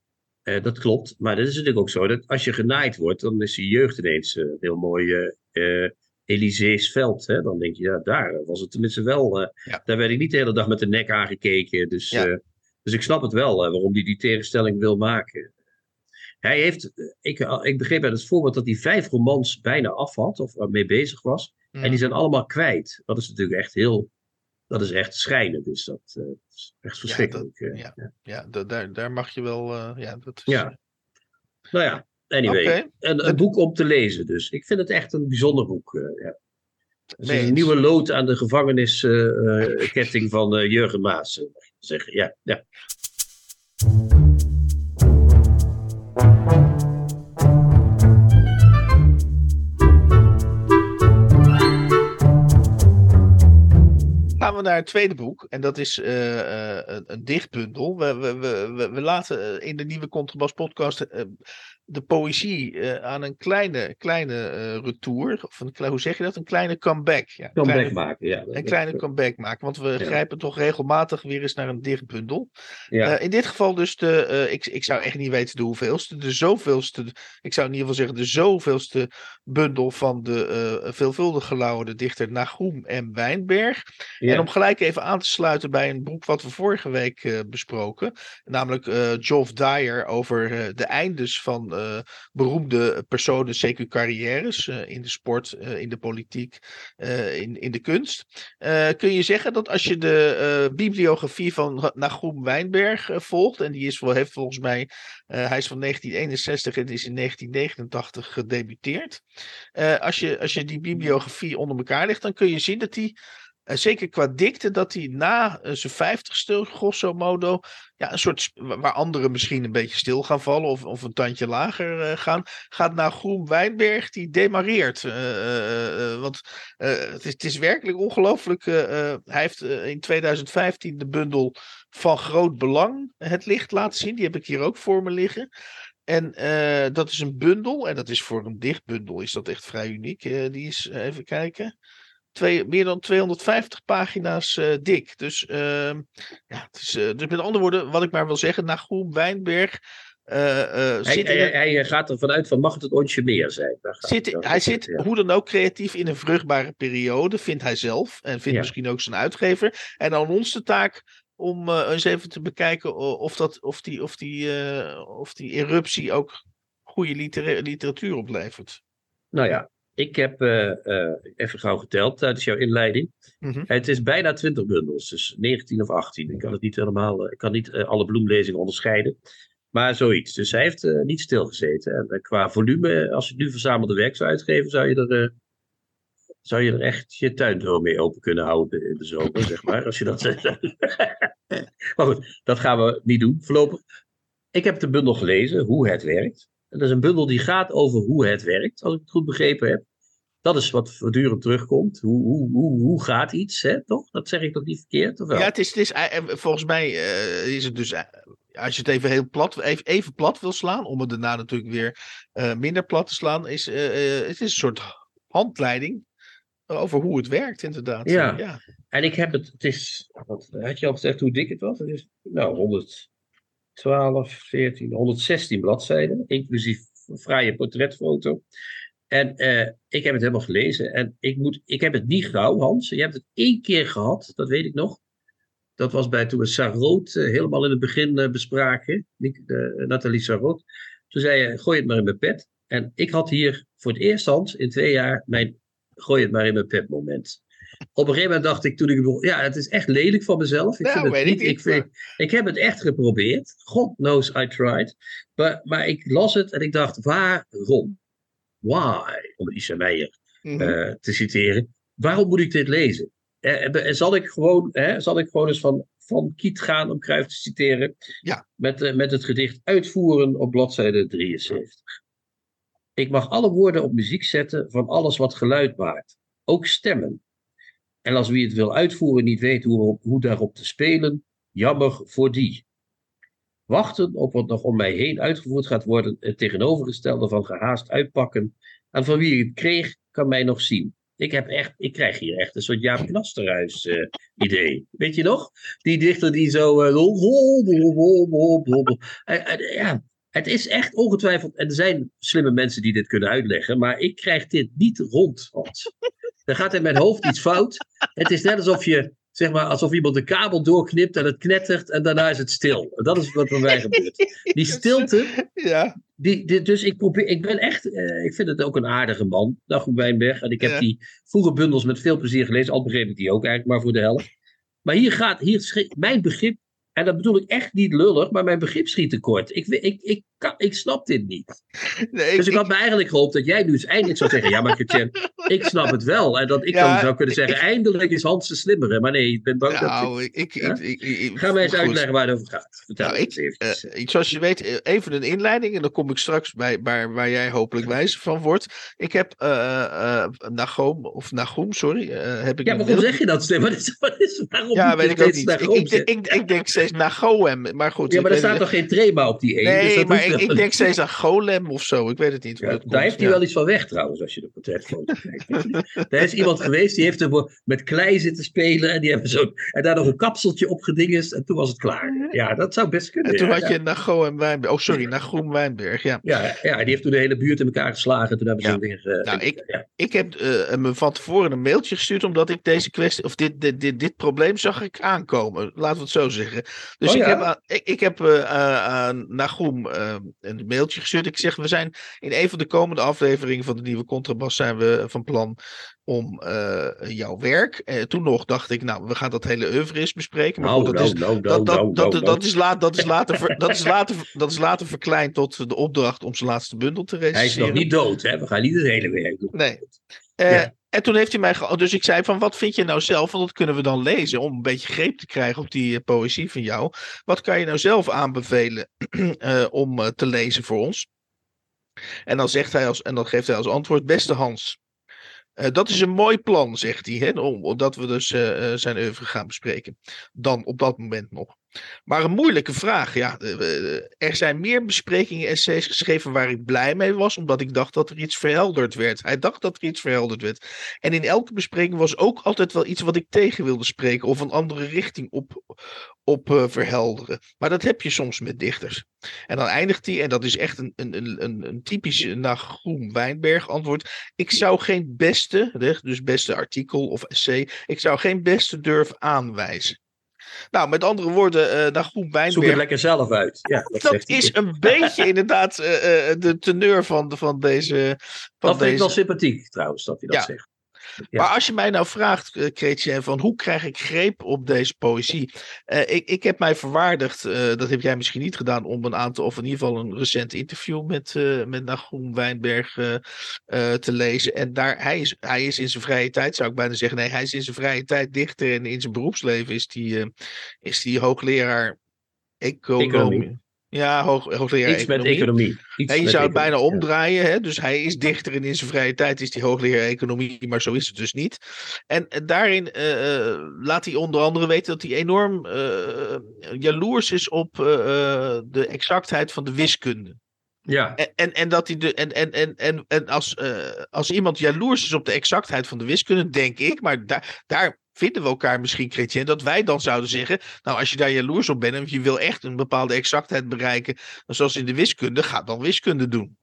Uh, dat klopt, maar dat is natuurlijk ook zo dat als je genaaid wordt, dan is je jeugd ineens uh, heel mooi uh, uh, Elysees veld. Hè? Dan denk je, ja, daar was het tenminste wel. Uh, ja. Daar werd ik niet de hele dag met de nek aangekeken. Dus, ja. uh, dus ik snap het wel, uh, waarom hij die tegenstelling wil maken. Hij heeft, ik, ik begreep uit het voorbeeld dat hij vijf romans bijna af had, of mee bezig was. Mm. En die zijn allemaal kwijt. Dat is natuurlijk echt heel, dat is echt schrijnend. Dus dat uh, is echt verschrikkelijk. Ja, dat, ja, ja. ja dat, daar, daar mag je wel, uh, ja. Dat is, ja. Nou ja, anyway. Okay. Een, een boek om te lezen dus. Ik vind het echt een bijzonder boek. Uh, ja. Het is een nieuwe lood aan de gevangenisketting uh, uh, van uh, Jurgen Maas. Uh, zeggen. Ja, ja. Gaan we naar het tweede boek. En dat is uh, uh, een, een dichtbundel. We, we, we, we laten in de nieuwe Contrabas podcast uh, de poëzie uh, aan een kleine, kleine uh, retour. Of een, hoe zeg je dat? Een kleine comeback. Ja, comeback kleine, maken, ja. Een kleine comeback maken. Want we ja. grijpen toch regelmatig weer eens naar een dichtbundel. Ja. Uh, in dit geval dus de... Uh, ik, ik zou echt niet weten de hoeveelste. De zoveelste... Ik zou in ieder geval zeggen de zoveelste bundel van de uh, veelvuldig gelauwerde dichter Nahum M. Wijnberg. Ja. En om gelijk even aan te sluiten bij een boek wat we vorige week uh, besproken. Namelijk uh, Geoff Dyer over uh, de eindes van uh, beroemde personen, C Q-carrières. Uh, in de sport, uh, in de politiek, uh, in, in de kunst. Uh, kun je zeggen dat als je de uh, bibliografie van Nahum Wijnberg uh, volgt. En die is, heeft volgens mij, uh, hij is van negentien eenenzestig en is in negentien negenentachtig gedebuteerd. Uh, als, je, als je die bibliografie onder elkaar legt, dan kun je zien dat hij... Uh, zeker qua dikte, dat hij na uh, zijn vijftigste, grosso modo, ja, een soort, waar anderen misschien een beetje stil gaan vallen of, of een tandje lager uh, gaan, gaat naar Groen Wijnberg, die demareert. Uh, uh, uh, want uh, het, is, het is werkelijk ongelooflijk. Uh, uh, hij heeft uh, in tweeduizend vijftien de bundel Van Groot Belang het licht laten zien. Die heb ik hier ook voor me liggen. En uh, dat is een bundel, en dat is voor een dichtbundel is dat echt vrij uniek. Uh, die is, uh, even kijken... Twee, meer dan tweehonderdvijftig pagina's uh, dik. Dus, uh, ja, het is, uh, dus met andere woorden, wat ik maar wil zeggen, Nahum Wijnberg. Uh, uh, hij, zit hij, in, hij gaat er vanuit van, mag het het ontje meer zijn? Zit, hij hij zit ja. hoe dan ook creatief in een vruchtbare periode, vindt hij zelf. En vindt ja. misschien ook zijn uitgever. En aan ons de taak om uh, eens even te bekijken of, dat, of, die, of, die, uh, of die eruptie ook goede litera- literatuur oplevert. Nou ja. Ik heb uh, uh, even gauw geteld tijdens jouw inleiding. Mm-hmm. Het is bijna twintig bundels, dus negentien of achttien. Ik kan het niet helemaal, ik kan niet uh, alle bloemlezingen onderscheiden. Maar zoiets. Dus hij heeft uh, niet stilgezeten. En uh, qua volume, als je nu verzamelde werk zou uitgeven, zou je er, uh, zou je er echt je tuindeur mee open kunnen houden in de zomer, zeg maar. Als je dat zegt. Maar goed, dat gaan we niet doen voorlopig. Ik heb de bundel gelezen, Hoe het werkt. En dat is een bundel die gaat over hoe het werkt, als ik het goed begrepen heb. Dat is wat voortdurend terugkomt. Hoe, hoe, hoe, hoe gaat iets, hè? Toch? Dat zeg ik toch niet verkeerd? Of wel? Ja, het is, het is, volgens mij uh, is het dus, uh, als je het even heel plat, even, even plat wil slaan, om het daarna natuurlijk weer uh, minder plat te slaan, is uh, uh, het is een soort handleiding over hoe het werkt, inderdaad. Ja, ja. En ik heb het, het is, wat, had je al gezegd hoe dik het was? Het is, nou, honderdtwaalf, veertien, honderdzestien bladzijden, inclusief een fraaie portretfoto. En uh, ik heb het helemaal gelezen. En ik, moet, ik heb het niet gauw, Hans. Je hebt het één keer gehad, dat weet ik nog. Dat was bij toen we Sarraute uh, helemaal in het begin uh, bespraken. Uh, Nathalie Sarraute. Toen zei je, gooi het maar in mijn pet. En ik had hier voor het eerst, Hans, in twee jaar mijn gooi het maar in mijn pet moment. Op een gegeven moment dacht ik toen ik begon, ja, het is echt lelijk van mezelf. Ik, nou, vind het weet niet, ik, ik, vind, ik heb het echt geprobeerd. God knows I tried. Maar, maar ik las het en ik dacht, waarom? Why, om Isa Meijer mm-hmm. uh, te citeren. Waarom moet ik dit lezen? En, en zal, ik gewoon, hè, zal ik gewoon eens van, van Kiet gaan, om Cruijff te citeren, ja. met, uh, met het gedicht Uitvoeren op bladzijde drieënzeventig. Ik mag alle woorden op muziek zetten van alles wat geluid maakt. Ook stemmen. En als wie het wil uitvoeren niet weet hoe, hoe daarop te spelen, jammer voor die. Wachten op wat nog om mij heen uitgevoerd gaat worden, het tegenovergestelde van gehaast uitpakken. En van wie ik het kreeg, kan mij nog zien. Ik, heb echt, ik krijg hier echt een soort Jaap Knasterhuis uh, idee. Weet je nog? Die dichter die zo... Uh, ja, het is echt ongetwijfeld... En er zijn slimme mensen die dit kunnen uitleggen, maar ik krijg dit niet rond, Hans. Er gaat in mijn hoofd iets fout. Het is net alsof je... Zeg maar alsof iemand de kabel doorknipt en het knettert en daarna is het stil. Dat is wat bij mij gebeurt. Die stilte. Ja. Die, die, dus ik, probeer, ik ben echt, uh, ik vind het ook een aardige man, Nagoem Wijnberg. En ik heb ja. die vroege bundels met veel plezier gelezen. Al begreep ik die ook eigenlijk maar voor de helft. Maar hier gaat, hier schiet mijn begrip, en dat bedoel ik echt niet lullig, maar mijn begrip schiet tekort. Ik, ik, ik, kan, ik snap dit niet. Nee, dus ik, ik had me eigenlijk gehoopt dat jij nu eens eindelijk zou zeggen, ja maar Chrétien, ik snap het wel. En dat ik ja, dan zou kunnen zeggen, ik, eindelijk is Hans de slimmere. Maar nee, ik ben bang nou, dat ik... ik, ja? ik, ik, ik Ga mij eens uitleggen waar het over gaat. Vertel nou, ik, uh, zoals je weet, even een inleiding en dan kom ik straks bij waar, waar jij hopelijk wijzer van wordt. Ik heb uh, uh, Nagoom, of Nagoem, sorry. Uh, heb ik ja, waarom zeg je dat? Wat is, wat is, waarom ja, weet ik ook niet. Nagoom, ik, ik, ik, ik denk steeds Nagoem, maar goed. Ja, maar er staat toch geen trema op die één? Nee, dus maar ik, ik denk steeds aan Golem of zo. Ik weet het niet. Ja, daar komt. heeft hij ja. wel iets van weg trouwens, als je de portretfoto kijkt. Daar is iemand geweest, die heeft er met klei zitten spelen. En, die hebben zo, en daar nog een kapseltje op gedingest. En toen was het klaar. Ja, dat zou best kunnen. En toen ja, had ja. je Nagoem Wijnberg. Oh, sorry, Nagoem Wijnberg. Ja. Ja, ja, die heeft toen de hele buurt in elkaar geslagen. Toen hebben ze ja. weer... Uh, nou, ik, ja. ik heb uh, me van tevoren een mailtje gestuurd, omdat ik deze kwestie, of dit, dit, dit, dit probleem zag ik aankomen. Laten we het zo zeggen. Dus oh, ik, ja? heb aan, ik, ik heb uh, aan Nagoem uh, een mailtje gestuurd. Ik zeg, we zijn in een van de komende afleveringen van de Nieuwe Contrabas zijn we van plan om uh, jouw werk. Uh, toen nog dacht ik, nou, we gaan dat hele oeuvre eens bespreken. Maar no, goed, dat, no, is, no, no, dat, dat, no, dat, no, dat, is laat, dat is later ver, dat is later dat is later verkleind tot de opdracht om zijn laatste bundel te recenseren. Hij is nog niet dood, hè? We gaan niet het hele werk doen. Nee. Uh, ja. En toen heeft hij mij... Ge- dus ik zei van, wat vind je nou zelf? Want dat kunnen we dan lezen om een beetje greep te krijgen op die uh, poëzie van jou. Wat kan je nou zelf aanbevelen uh, om uh, te lezen voor ons? En dan, zegt hij als, en dan geeft hij als antwoord, beste Hans... Uh, dat is een mooi plan, zegt hij, hè, omdat we dus uh, zijn oeuvre gaan bespreken. Dan op dat moment nog. Maar een moeilijke vraag, ja. Uh, er zijn meer besprekingen, essays geschreven waar ik blij mee was, omdat ik dacht dat er iets verhelderd werd. Hij dacht dat er iets verhelderd werd. En in elke bespreking was ook altijd wel iets wat ik tegen wilde spreken, of een andere richting op, op uh, verhelderen. Maar dat heb je soms met dichters. En dan eindigt hij, en dat is echt een, een, een, een typisch Nagoem Wijnberg antwoord. Ik zou geen beste, dus beste artikel of essay, ik zou geen beste durven aanwijzen. Nou, met andere woorden, uh, Nahum Wijnberg... Zoek het lekker zelf uit. Ja, dat dat is een beetje inderdaad uh, uh, de teneur van, van deze... Van dat vind deze... ik wel sympathiek trouwens, dat hij dat ja. zegt. Ja. Maar als je mij nou vraagt, uh, Chrétien, van hoe krijg ik greep op deze poëzie? Uh, ik, ik heb mij verwaardigd, uh, dat heb jij misschien niet gedaan, om een aantal, of in ieder geval een recent interview met, uh, met Nahum Wijnberg uh, uh, te lezen. En daar, hij is, hij is in zijn vrije tijd, zou ik bijna zeggen, nee, hij is in zijn vrije tijd dichter en in zijn beroepsleven is die, uh, is die hoogleraar economie. economie. Ja, hoog, hoogleraar Iets economie. met economie. Iets en je zou het bijna omdraaien. Ja. Hè? Dus hij is dichter en in zijn vrije tijd is hij hoogleraar economie. Maar zo is het dus niet. En, en daarin uh, laat hij onder andere weten dat hij enorm uh, jaloers is op uh, de exactheid van de wiskunde. Ja. En, en, en, dat hij de, en, en, en, en, en als, uh, als iemand jaloers is op de exactheid van de wiskunde, denk ik, maar daar, daar vinden we elkaar misschien, Chrétien, dat wij dan zouden zeggen, nou, als je daar jaloers op bent en je wil echt een bepaalde exactheid bereiken, zoals in de wiskunde, ga dan wiskunde doen.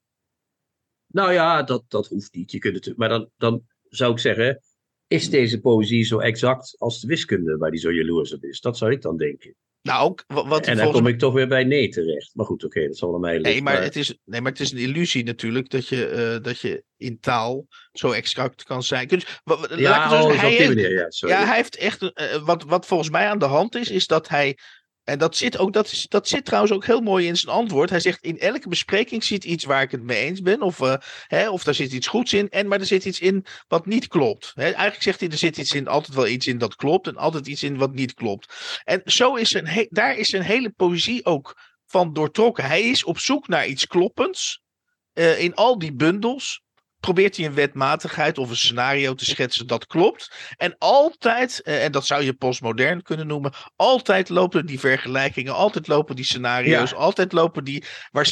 Nou ja, dat, dat hoeft niet. Je kunt het, maar dan, dan zou ik zeggen, is deze poëzie zo exact als de wiskunde waar die zo jaloers op is? Dat zou ik dan denken. Nou, ook, wat en dan kom ik toch weer bij nee terecht. Maar goed, oké, okay, dat zal wel mij liggen. Nee, maar, maar... Het is, nee, maar het is een illusie natuurlijk dat je, uh, dat je in taal zo exact kan zijn. Dus, wat, ja, dus, oh, hij, heeft, manier, ja, sorry. ja, hij heeft echt... Uh, wat, wat volgens mij aan de hand is, is dat hij... En dat zit, ook, dat, is, dat zit trouwens ook heel mooi in zijn antwoord. Hij zegt, in elke bespreking zit iets waar ik het mee eens ben. Of, uh, hè, of daar zit iets goeds in. En, maar er zit iets in wat niet klopt. Hè, eigenlijk zegt hij, er zit iets in, altijd wel iets in dat klopt. En altijd iets in wat niet klopt. En zo is een he- daar is zijn hele poëzie ook van doortrokken. Hij is op zoek naar iets kloppends. Uh, in al die bundels. Probeert hij een wetmatigheid of een scenario te schetsen dat klopt. En altijd, en dat zou je postmodern kunnen noemen, altijd lopen die vergelijkingen, altijd lopen die scenario's, ja. altijd lopen die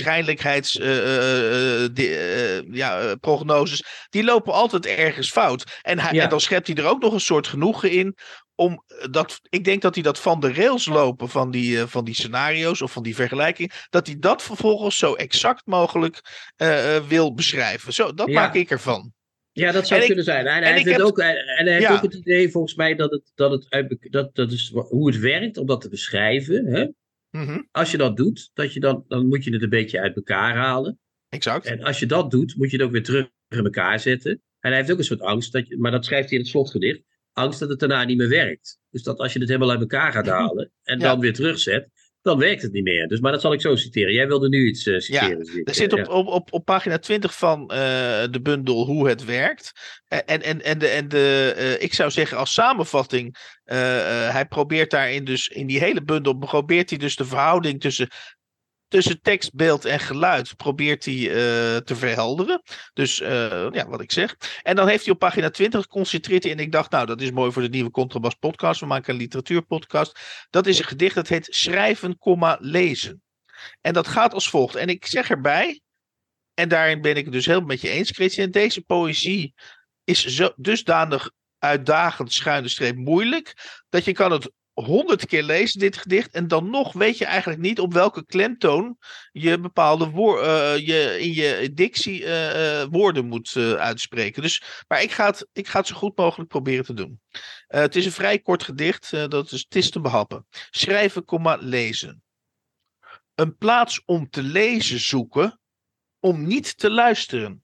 waarschijnlijkheidsprognoses, uh, uh, ja, uh, die lopen altijd ergens fout. En, hij, ja. en dan schept hij er ook nog een soort genoegen in. Om dat, ik denk dat hij dat van de rails lopen van die, uh, van die scenario's of van die vergelijking, dat hij dat vervolgens zo exact mogelijk uh, uh, wil beschrijven. Zo, dat ja. maak ik ervan. Ja, dat zou en kunnen ik, zijn. En, en hij, heeft, ook, en hij heeft ja. ook het idee volgens mij dat het, dat het dat, dat is hoe het werkt om dat te beschrijven. Hè? Mm-hmm. Als je dat doet, dat je dan, dan moet je het een beetje uit elkaar halen. Exact. En als je dat doet, moet je het ook weer terug in elkaar zetten. En hij heeft ook een soort angst, dat je, maar dat schrijft hij in het slotgedicht. Angst dat het daarna niet meer werkt. Dus dat als je het helemaal uit elkaar gaat halen en ja. dan weer terugzet, dan werkt het niet meer. Dus, maar dat zal ik zo citeren. Jij wilde nu iets uh, citeren. Ja, er zit op, ja. op, op, op pagina twintig van uh, de bundel hoe het werkt. En, en, en, de, en de, uh, ik zou zeggen als samenvatting, uh, uh, hij probeert daarin dus, in die hele bundel, probeert hij dus de verhouding tussen... Tussen tekst, beeld en geluid probeert hij uh, te verhelderen. Dus uh, ja, wat ik zeg. En dan heeft hij op pagina twintig geconcentreerd. En ik dacht, nou, dat is mooi voor de nieuwe Contrabas podcast. We maken een literatuurpodcast. Dat is een gedicht dat heet Schrijven, lezen. En dat gaat als volgt. En ik zeg erbij, en daarin ben ik het dus helemaal met je eens, Chrétien. Deze poëzie is zo dusdanig uitdagend, schuine streep moeilijk, dat je kan het honderd keer lezen, dit gedicht, en dan nog weet je eigenlijk niet op welke klemtoon je bepaalde woor- uh, je in je dictie uh, uh, woorden moet uh, uitspreken. Dus, maar ik ga, het, ik ga het zo goed mogelijk proberen te doen. Uh, het is een vrij kort gedicht, uh, dat is, het is te behappen. Schrijven, komma, lezen. Een plaats om te lezen zoeken, om niet te luisteren.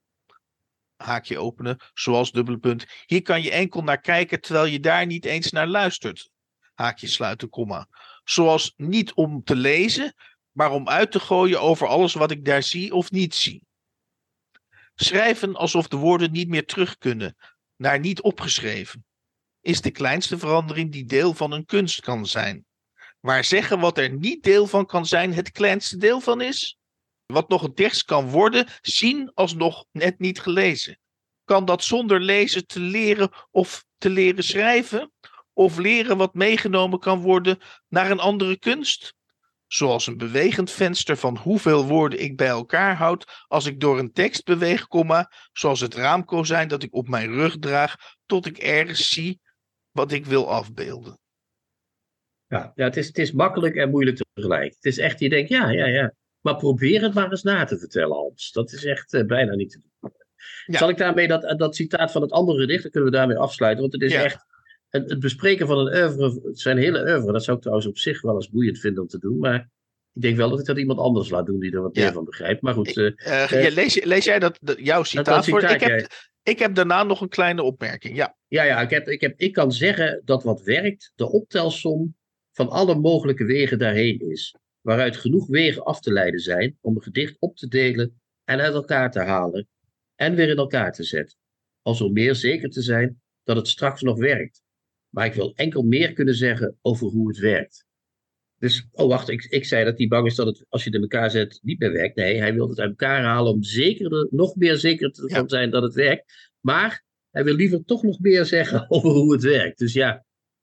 Haakje openen, zoals dubbele punt. Hier kan je enkel naar kijken, terwijl je daar niet eens naar luistert. Haakje sluiten, komma. Zoals niet om te lezen, maar om uit te gooien over alles wat ik daar zie of niet zie. Schrijven alsof de woorden niet meer terug kunnen, naar niet opgeschreven, is de kleinste verandering die deel van een kunst kan zijn. Waar zeggen wat er niet deel van kan zijn het kleinste deel van is? Wat nog een tekst kan worden, zien alsnog net niet gelezen. Kan dat zonder lezen te leren of te leren schrijven? Of leren wat meegenomen kan worden naar een andere kunst? Zoals een bewegend venster van hoeveel woorden ik bij elkaar houd als ik door een tekst beweeg, komma, zoals het raamkozijn dat ik op mijn rug draag, tot ik ergens zie wat ik wil afbeelden. Ja, ja het, is, het is makkelijk en moeilijk tegelijk. Het is echt, je denkt, ja, ja, ja. Maar probeer het maar eens na te vertellen, Hans. Dat is echt uh, bijna niet te doen. Ja. Zal ik daarmee dat, dat citaat van het andere gedicht, dan kunnen we daarmee afsluiten, want het is ja. echt... En het bespreken van een oeuvre, zijn hele oeuvre, dat zou ik trouwens op zich wel eens boeiend vinden om te doen. Maar ik denk wel dat ik dat iemand anders laat doen die er wat Ja. meer van begrijpt. Maar goed. Ik, Uh, uh, ja, lees, lees jij dat, dat jouw citaat dat voor? citaat, Ik heb, jij. ik heb daarna nog een kleine opmerking. Ja, Ja, ja ik, heb, ik, heb, ik kan zeggen dat wat werkt de optelsom van alle mogelijke wegen daarheen is. Waaruit genoeg wegen af te leiden zijn om een gedicht op te delen en uit elkaar te halen en weer in elkaar te zetten. Als om meer zeker te zijn dat het straks nog werkt. Maar ik wil enkel meer kunnen zeggen over hoe het werkt. Dus, oh wacht, ik, ik zei dat hij bang is dat het, als je het in elkaar zet, niet meer werkt. Nee, hij wil het uit elkaar halen om zeker, nog meer zeker te Ja. zijn dat het werkt. Maar hij wil liever toch nog meer zeggen over hoe het werkt. Dus ja,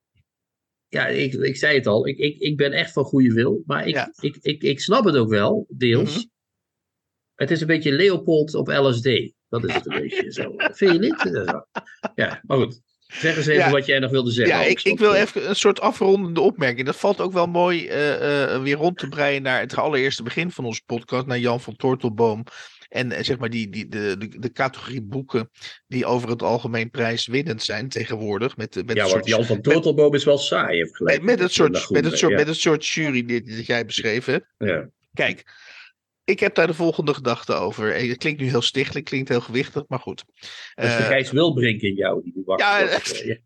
ja ik, ik zei het al, ik, ik, ik ben echt van goede wil. Maar ik, Ja. ik, ik, ik snap het ook wel, deels. Mhm. Het is een beetje Leopold op L S D. Dat is het een beetje zo. Vind je niet? Ja, maar goed. Zeg eens even Ja. wat jij nog wilde zeggen. Ja, ik, Alex, ik wil want, even een soort afrondende opmerking. Dat valt ook wel mooi uh, uh, weer rond te breien naar het allereerste begin van onze podcast, naar Jan van Tortelboom. En uh, zeg maar die, die, de, de, de categorie boeken die over het algemeen prijswinnend zijn tegenwoordig. Met, met ja, want soort, Jan van Tortelboom is wel saai. Met, met, met, het soort, goed, met, het soort, ja. met het soort jury die, die jij beschreven hebt. Ja. Kijk, ik heb daar de volgende gedachte over. Het klinkt nu heel stichtelijk, klinkt heel gewichtig, maar goed. Dat is de Uh, Gijs Wilbrink in jou. Die wacht ja, ja.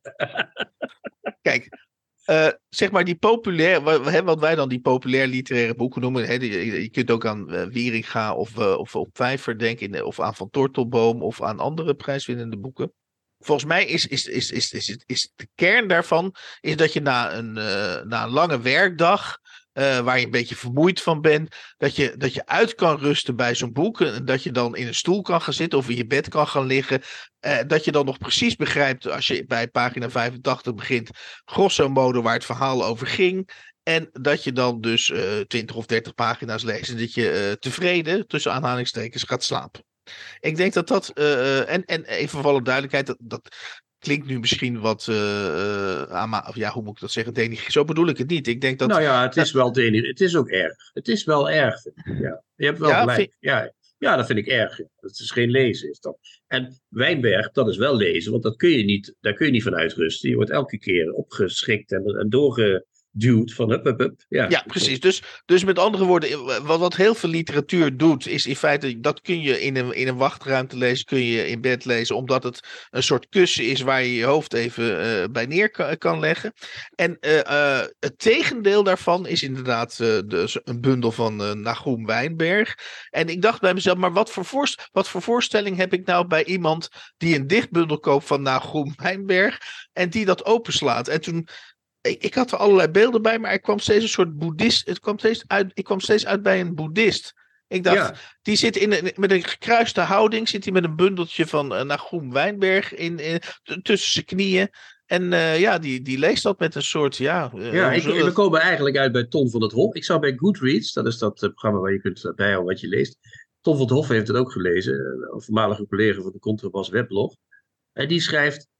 Kijk, uh, zeg maar die populair, wat, wat wij dan die populair literaire boeken noemen. Hè, je, je kunt ook aan uh, Wieringa of, uh, of op Vijver denken, of aan Van Tortelboom of aan andere prijswinnende boeken. Volgens mij is, is, is, is, is, is, is de kern daarvan is dat je na een, uh, na een lange werkdag, Uh, waar je een beetje vermoeid van bent, dat je, dat je uit kan rusten bij zo'n boek, en dat je dan in een stoel kan gaan zitten of in je bed kan gaan liggen, uh, dat je dan nog precies begrijpt, als je bij pagina vijfentachtig begint, grosso modo waar het verhaal over ging, en dat je dan dus uh, twintig of dertig pagina's leest en dat je uh, tevreden, tussen aanhalingstekens, gaat slapen. Ik denk dat dat, uh, en, en even voor alle duidelijkheid, dat, dat klinkt nu misschien wat, uh, uh, ama- of ja, hoe moet ik dat zeggen, denigreerd. Zo bedoel ik het niet. Ik denk dat. Nou ja, het is dat, wel denigreerd. Het is ook erg. Het is wel erg. Ja, je hebt wel ja, gelijk. vind... Ja, ja, dat vind ik erg. Dat is geen lezen. Is dat. En Wijnberg, dat is wel lezen, want dat kun je niet, daar kun je niet van uitrusten. Je wordt elke keer opgeschikt en, en doorgeduwd van hup, hup, hup. Ja, ja precies. Dus, dus met andere woorden, wat, wat heel veel literatuur doet, is in feite, dat kun je in een, in een wachtruimte lezen, kun je in bed lezen, omdat het een soort kussen is waar je je hoofd even uh, bij neer kan, kan leggen. En uh, uh, het tegendeel daarvan is inderdaad uh, de, een bundel van uh, Nahum Wijnberg. En ik dacht bij mezelf, maar wat voor, voorst- wat voor voorstelling heb ik nou bij iemand die een dichtbundel koopt van Nahum Wijnberg en die dat openslaat? En toen Ik, ik had er allerlei beelden bij, maar ik kwam steeds een soort boeddhist. Het kwam steeds uit, ik kwam steeds uit bij een boeddhist. Ik dacht, ja. die zit in een, met een gekruiste houding, zit hij met een bundeltje van uh, Nahum Wijnberg in, in, tussen zijn knieën. En uh, ja, die, die leest dat met een soort, ja... Uh, ja, ik, we komen eigenlijk uit bij Ton van het Hof. Ik zou bij Goodreads, dat is dat uh, programma waar je kunt bijhouden wat je leest. Ton van het Hof heeft het ook gelezen, een voormalige collega van de Contrabas weblog. En die schrijft,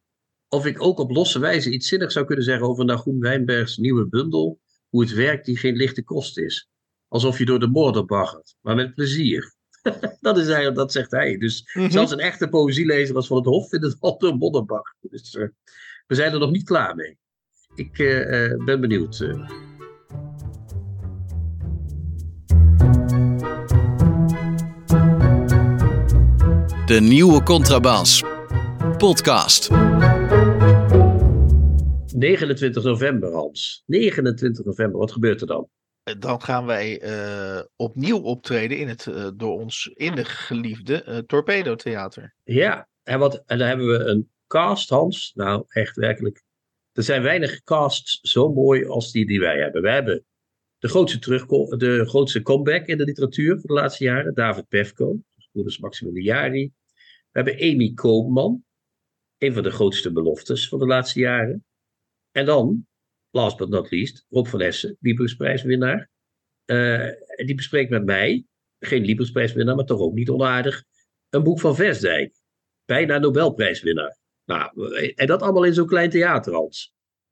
of ik ook op losse wijze iets zinnigs zou kunnen zeggen over Nahum Wijnbergs nieuwe bundel, hoe het werkt die geen lichte kost is. Alsof je door de moorder baggert, maar met plezier. dat, is eigenlijk, dat zegt hij. Dus mm-hmm. zelfs een echte poëzielezer als Van het Hof vindt het al door modderbag. Dus uh, we zijn er nog niet klaar mee. Ik uh, uh, ben benieuwd. Uh. De nieuwe Contrabas podcast. negenentwintig november, Hans. negenentwintig november, wat gebeurt er dan? Dan gaan wij uh, opnieuw optreden in het uh, door ons innig geliefde uh, Torpedo Theater. Ja, en, wat, en dan hebben we een cast, Hans. Nou, echt werkelijk. Er zijn weinig casts zo mooi als die die wij hebben. Wij hebben de grootste, terugko- de grootste comeback in de literatuur van de laatste jaren. David Pefko, broeders Maximiliari. We hebben Amy Koopman. Een van de grootste beloftes van de laatste jaren. En dan, last but not least, Rob van Essen, Liebrusprijswinnaar. Uh, die bespreekt met mij, geen Liebrusprijswinnaar, maar toch ook niet onaardig, een boek van Versdijk. Bijna Nobelprijswinnaar. Nou, en dat allemaal in zo'n klein theater, Hans.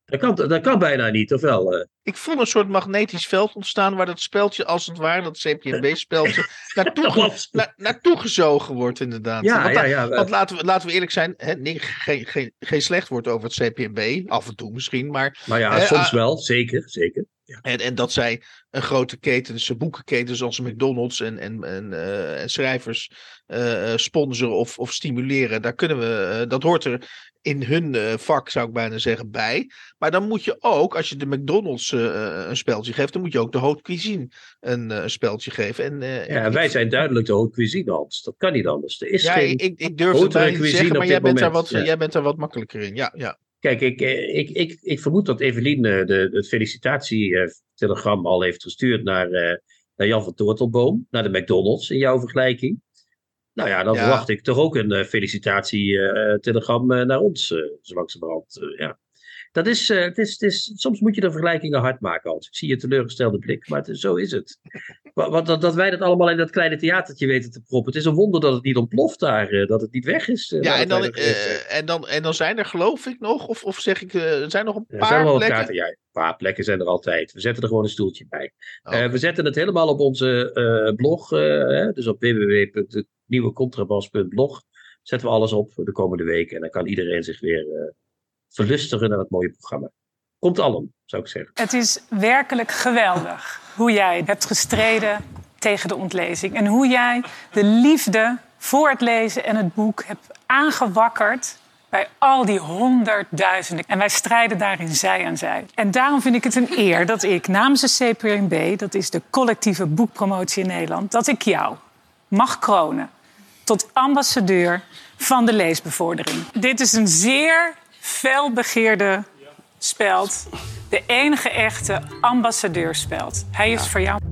Dat kan, dat kan bijna niet, of wel? Ik voel een soort magnetisch veld ontstaan waar dat speldje als het ware, dat C P M B-speldje, naartoe, na, naartoe gezogen wordt inderdaad. Ja, want, ja, ja. want laten, we, laten we eerlijk zijn, hè, nee, geen, geen, geen slecht woord over het C P M B, af en toe misschien, maar... Maar ja, hè, soms uh, wel, zeker, zeker. Ja. En, en dat zij een grote ketens, boekenketens zoals McDonald's en, en, en, uh, en schrijvers uh, sponsoren of, of stimuleren, daar kunnen we, uh, dat hoort er in hun uh, vak, zou ik bijna zeggen, bij. Maar dan moet je ook, als je de McDonald's uh, een speldje geeft, dan moet je ook de haute cuisine een uh, speldje geven. En, uh, ja, ik, wij zijn duidelijk de haute cuisine, Hans. Dat kan niet anders. Er is ja, geen ik, ik durf het bijna niet te zeggen, maar jij bent, daar wat, ja. jij bent daar wat makkelijker in. Ja, ja. Kijk, ik, ik, ik, ik vermoed dat Evelien uh, de, het felicitatie-telegram al heeft gestuurd naar, uh, naar Jan van Tortelboom, naar de McDonald's in jouw vergelijking. Nou ja, dan ja. verwacht ik toch ook een uh, felicitatie-telegram uh, uh, naar ons, uh, zo langzamerhand. Uh, ja. Dat is, uh, het is, het is, soms moet je de vergelijkingen hard maken, Hans. Ik zie je teleurgestelde blik, maar het is, zo is het. Wat, dat, dat wij dat allemaal in dat kleine theatertje weten te proppen. Het is een wonder dat het niet ontploft daar, uh, dat het niet weg is. Uh, ja, en dan, uh, en, dan, en dan zijn er, geloof ik nog, of, of zeg ik, uh, er zijn nog een er paar zijn wel plekken. Kaarten, ja, een paar plekken zijn er altijd. We zetten er gewoon een stoeltje bij. Okay. Uh, we zetten het helemaal op onze uh, blog, uh, hè, dus op w w w punt nieuwe contrabas punt blog. Zetten we alles op voor de komende week en dan kan iedereen zich weer uh, verlustigen naar het mooie programma. Komt allen, zou ik zeggen. Het is werkelijk geweldig hoe jij hebt gestreden tegen de ontlezing. En hoe jij de liefde voor het lezen en het boek hebt aangewakkerd bij al die honderdduizenden. En wij strijden daarin zij aan zij. En daarom vind ik het een eer dat ik namens de C P M B, dat is de collectieve boekpromotie in Nederland, dat ik jou mag kronen tot ambassadeur van de leesbevordering. Dit is een zeer felbegeerde speld. De enige echte ambassadeurspeld. Hij is ja. voor jou.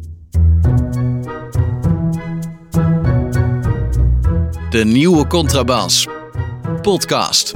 De Nieuwe Contrabas podcast.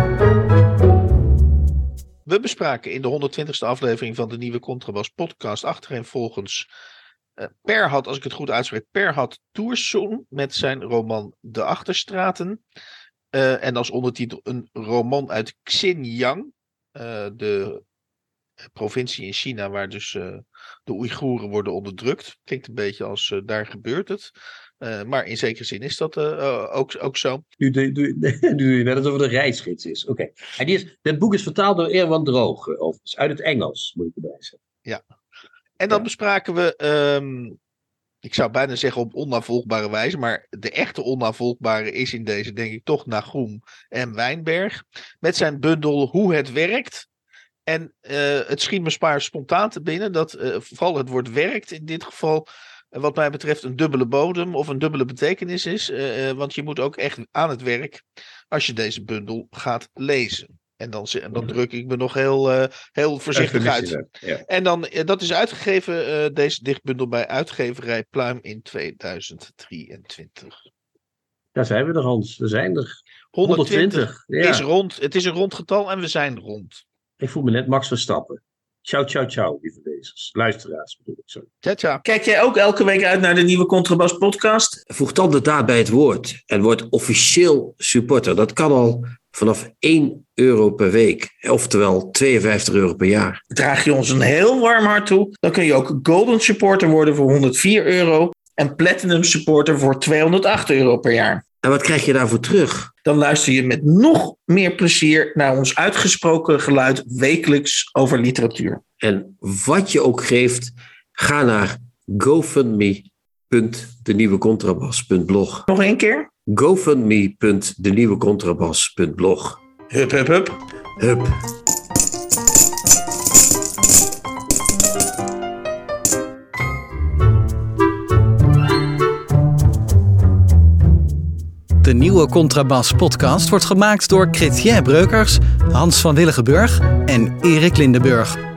We bespraken in de honderdtwintigste aflevering van de Nieuwe Contrabas podcast achtereenvolgens uh, Perhat, als ik het goed uitspreek, Perhat Toersoen met zijn roman De Achterstraten. Uh, en als ondertitel een roman uit Xinjiang, uh, de provincie in China waar dus uh, de Oeigoeren worden onderdrukt. Klinkt een beetje als uh, daar gebeurt het. Uh, maar in zekere zin is dat uh, uh, ook, ook zo. Nu doe, doe, nu doe je net alsof het een reisgids is. Oké. Okay. Dit boek is vertaald door Erwan Droog, overigens. Uit het Engels, moet ik erbij zeggen. Ja. En dan ja. bespraken we, um, ik zou bijna zeggen op onnavolgbare wijze, maar de echte onnavolgbare is in deze denk ik toch Nahum M. Wijnberg. Met zijn bundel Hoe het werkt. En uh, het schiet me spaar spontaan te binnen dat uh, vooral het woord werkt in dit geval, uh, wat mij betreft, een dubbele bodem of een dubbele betekenis is. Uh, uh, want je moet ook echt aan het werk als je deze bundel gaat lezen. En dan, en dan druk ik me nog heel, uh, heel voorzichtig uit. Ja. En dan, uh, dat is uitgegeven, uh, deze dichtbundel, bij uitgeverij Pluim in tweeduizend drieëntwintig. Daar zijn we er, Hans. We zijn er. honderdtwintig, honderdtwintig ja. is rond. Het is een rond getal en we zijn rond. Ik voel me net Max Verstappen. Ciao, ciao, ciao, lieve lezers. Luisteraars bedoel ik zo. Ciao, ciao. Kijk jij ook elke week uit naar de Nieuwe Contrabas podcast? Voeg dan de daad bij het woord en word officieel supporter. Dat kan al vanaf één euro per week, oftewel tweeënvijftig euro per jaar. Draag je ons een heel warm hart toe, dan kun je ook Golden Supporter worden voor honderdvier euro en Platinum Supporter voor tweehonderdacht euro per jaar. En wat krijg je daarvoor terug? Dan luister je met nog meer plezier naar ons uitgesproken geluid wekelijks over literatuur. En wat je ook geeft, ga naar gofundme punt de nieuwe contrabas punt blog. Nog één keer? gofundme punt de nieuwe contrabas punt blog. Hup, hup, hup. Hup. De Nieuwe Contrabas podcast wordt gemaakt door Chrétien Breukers, Hans van Willigenburg en Erik Lindenburg.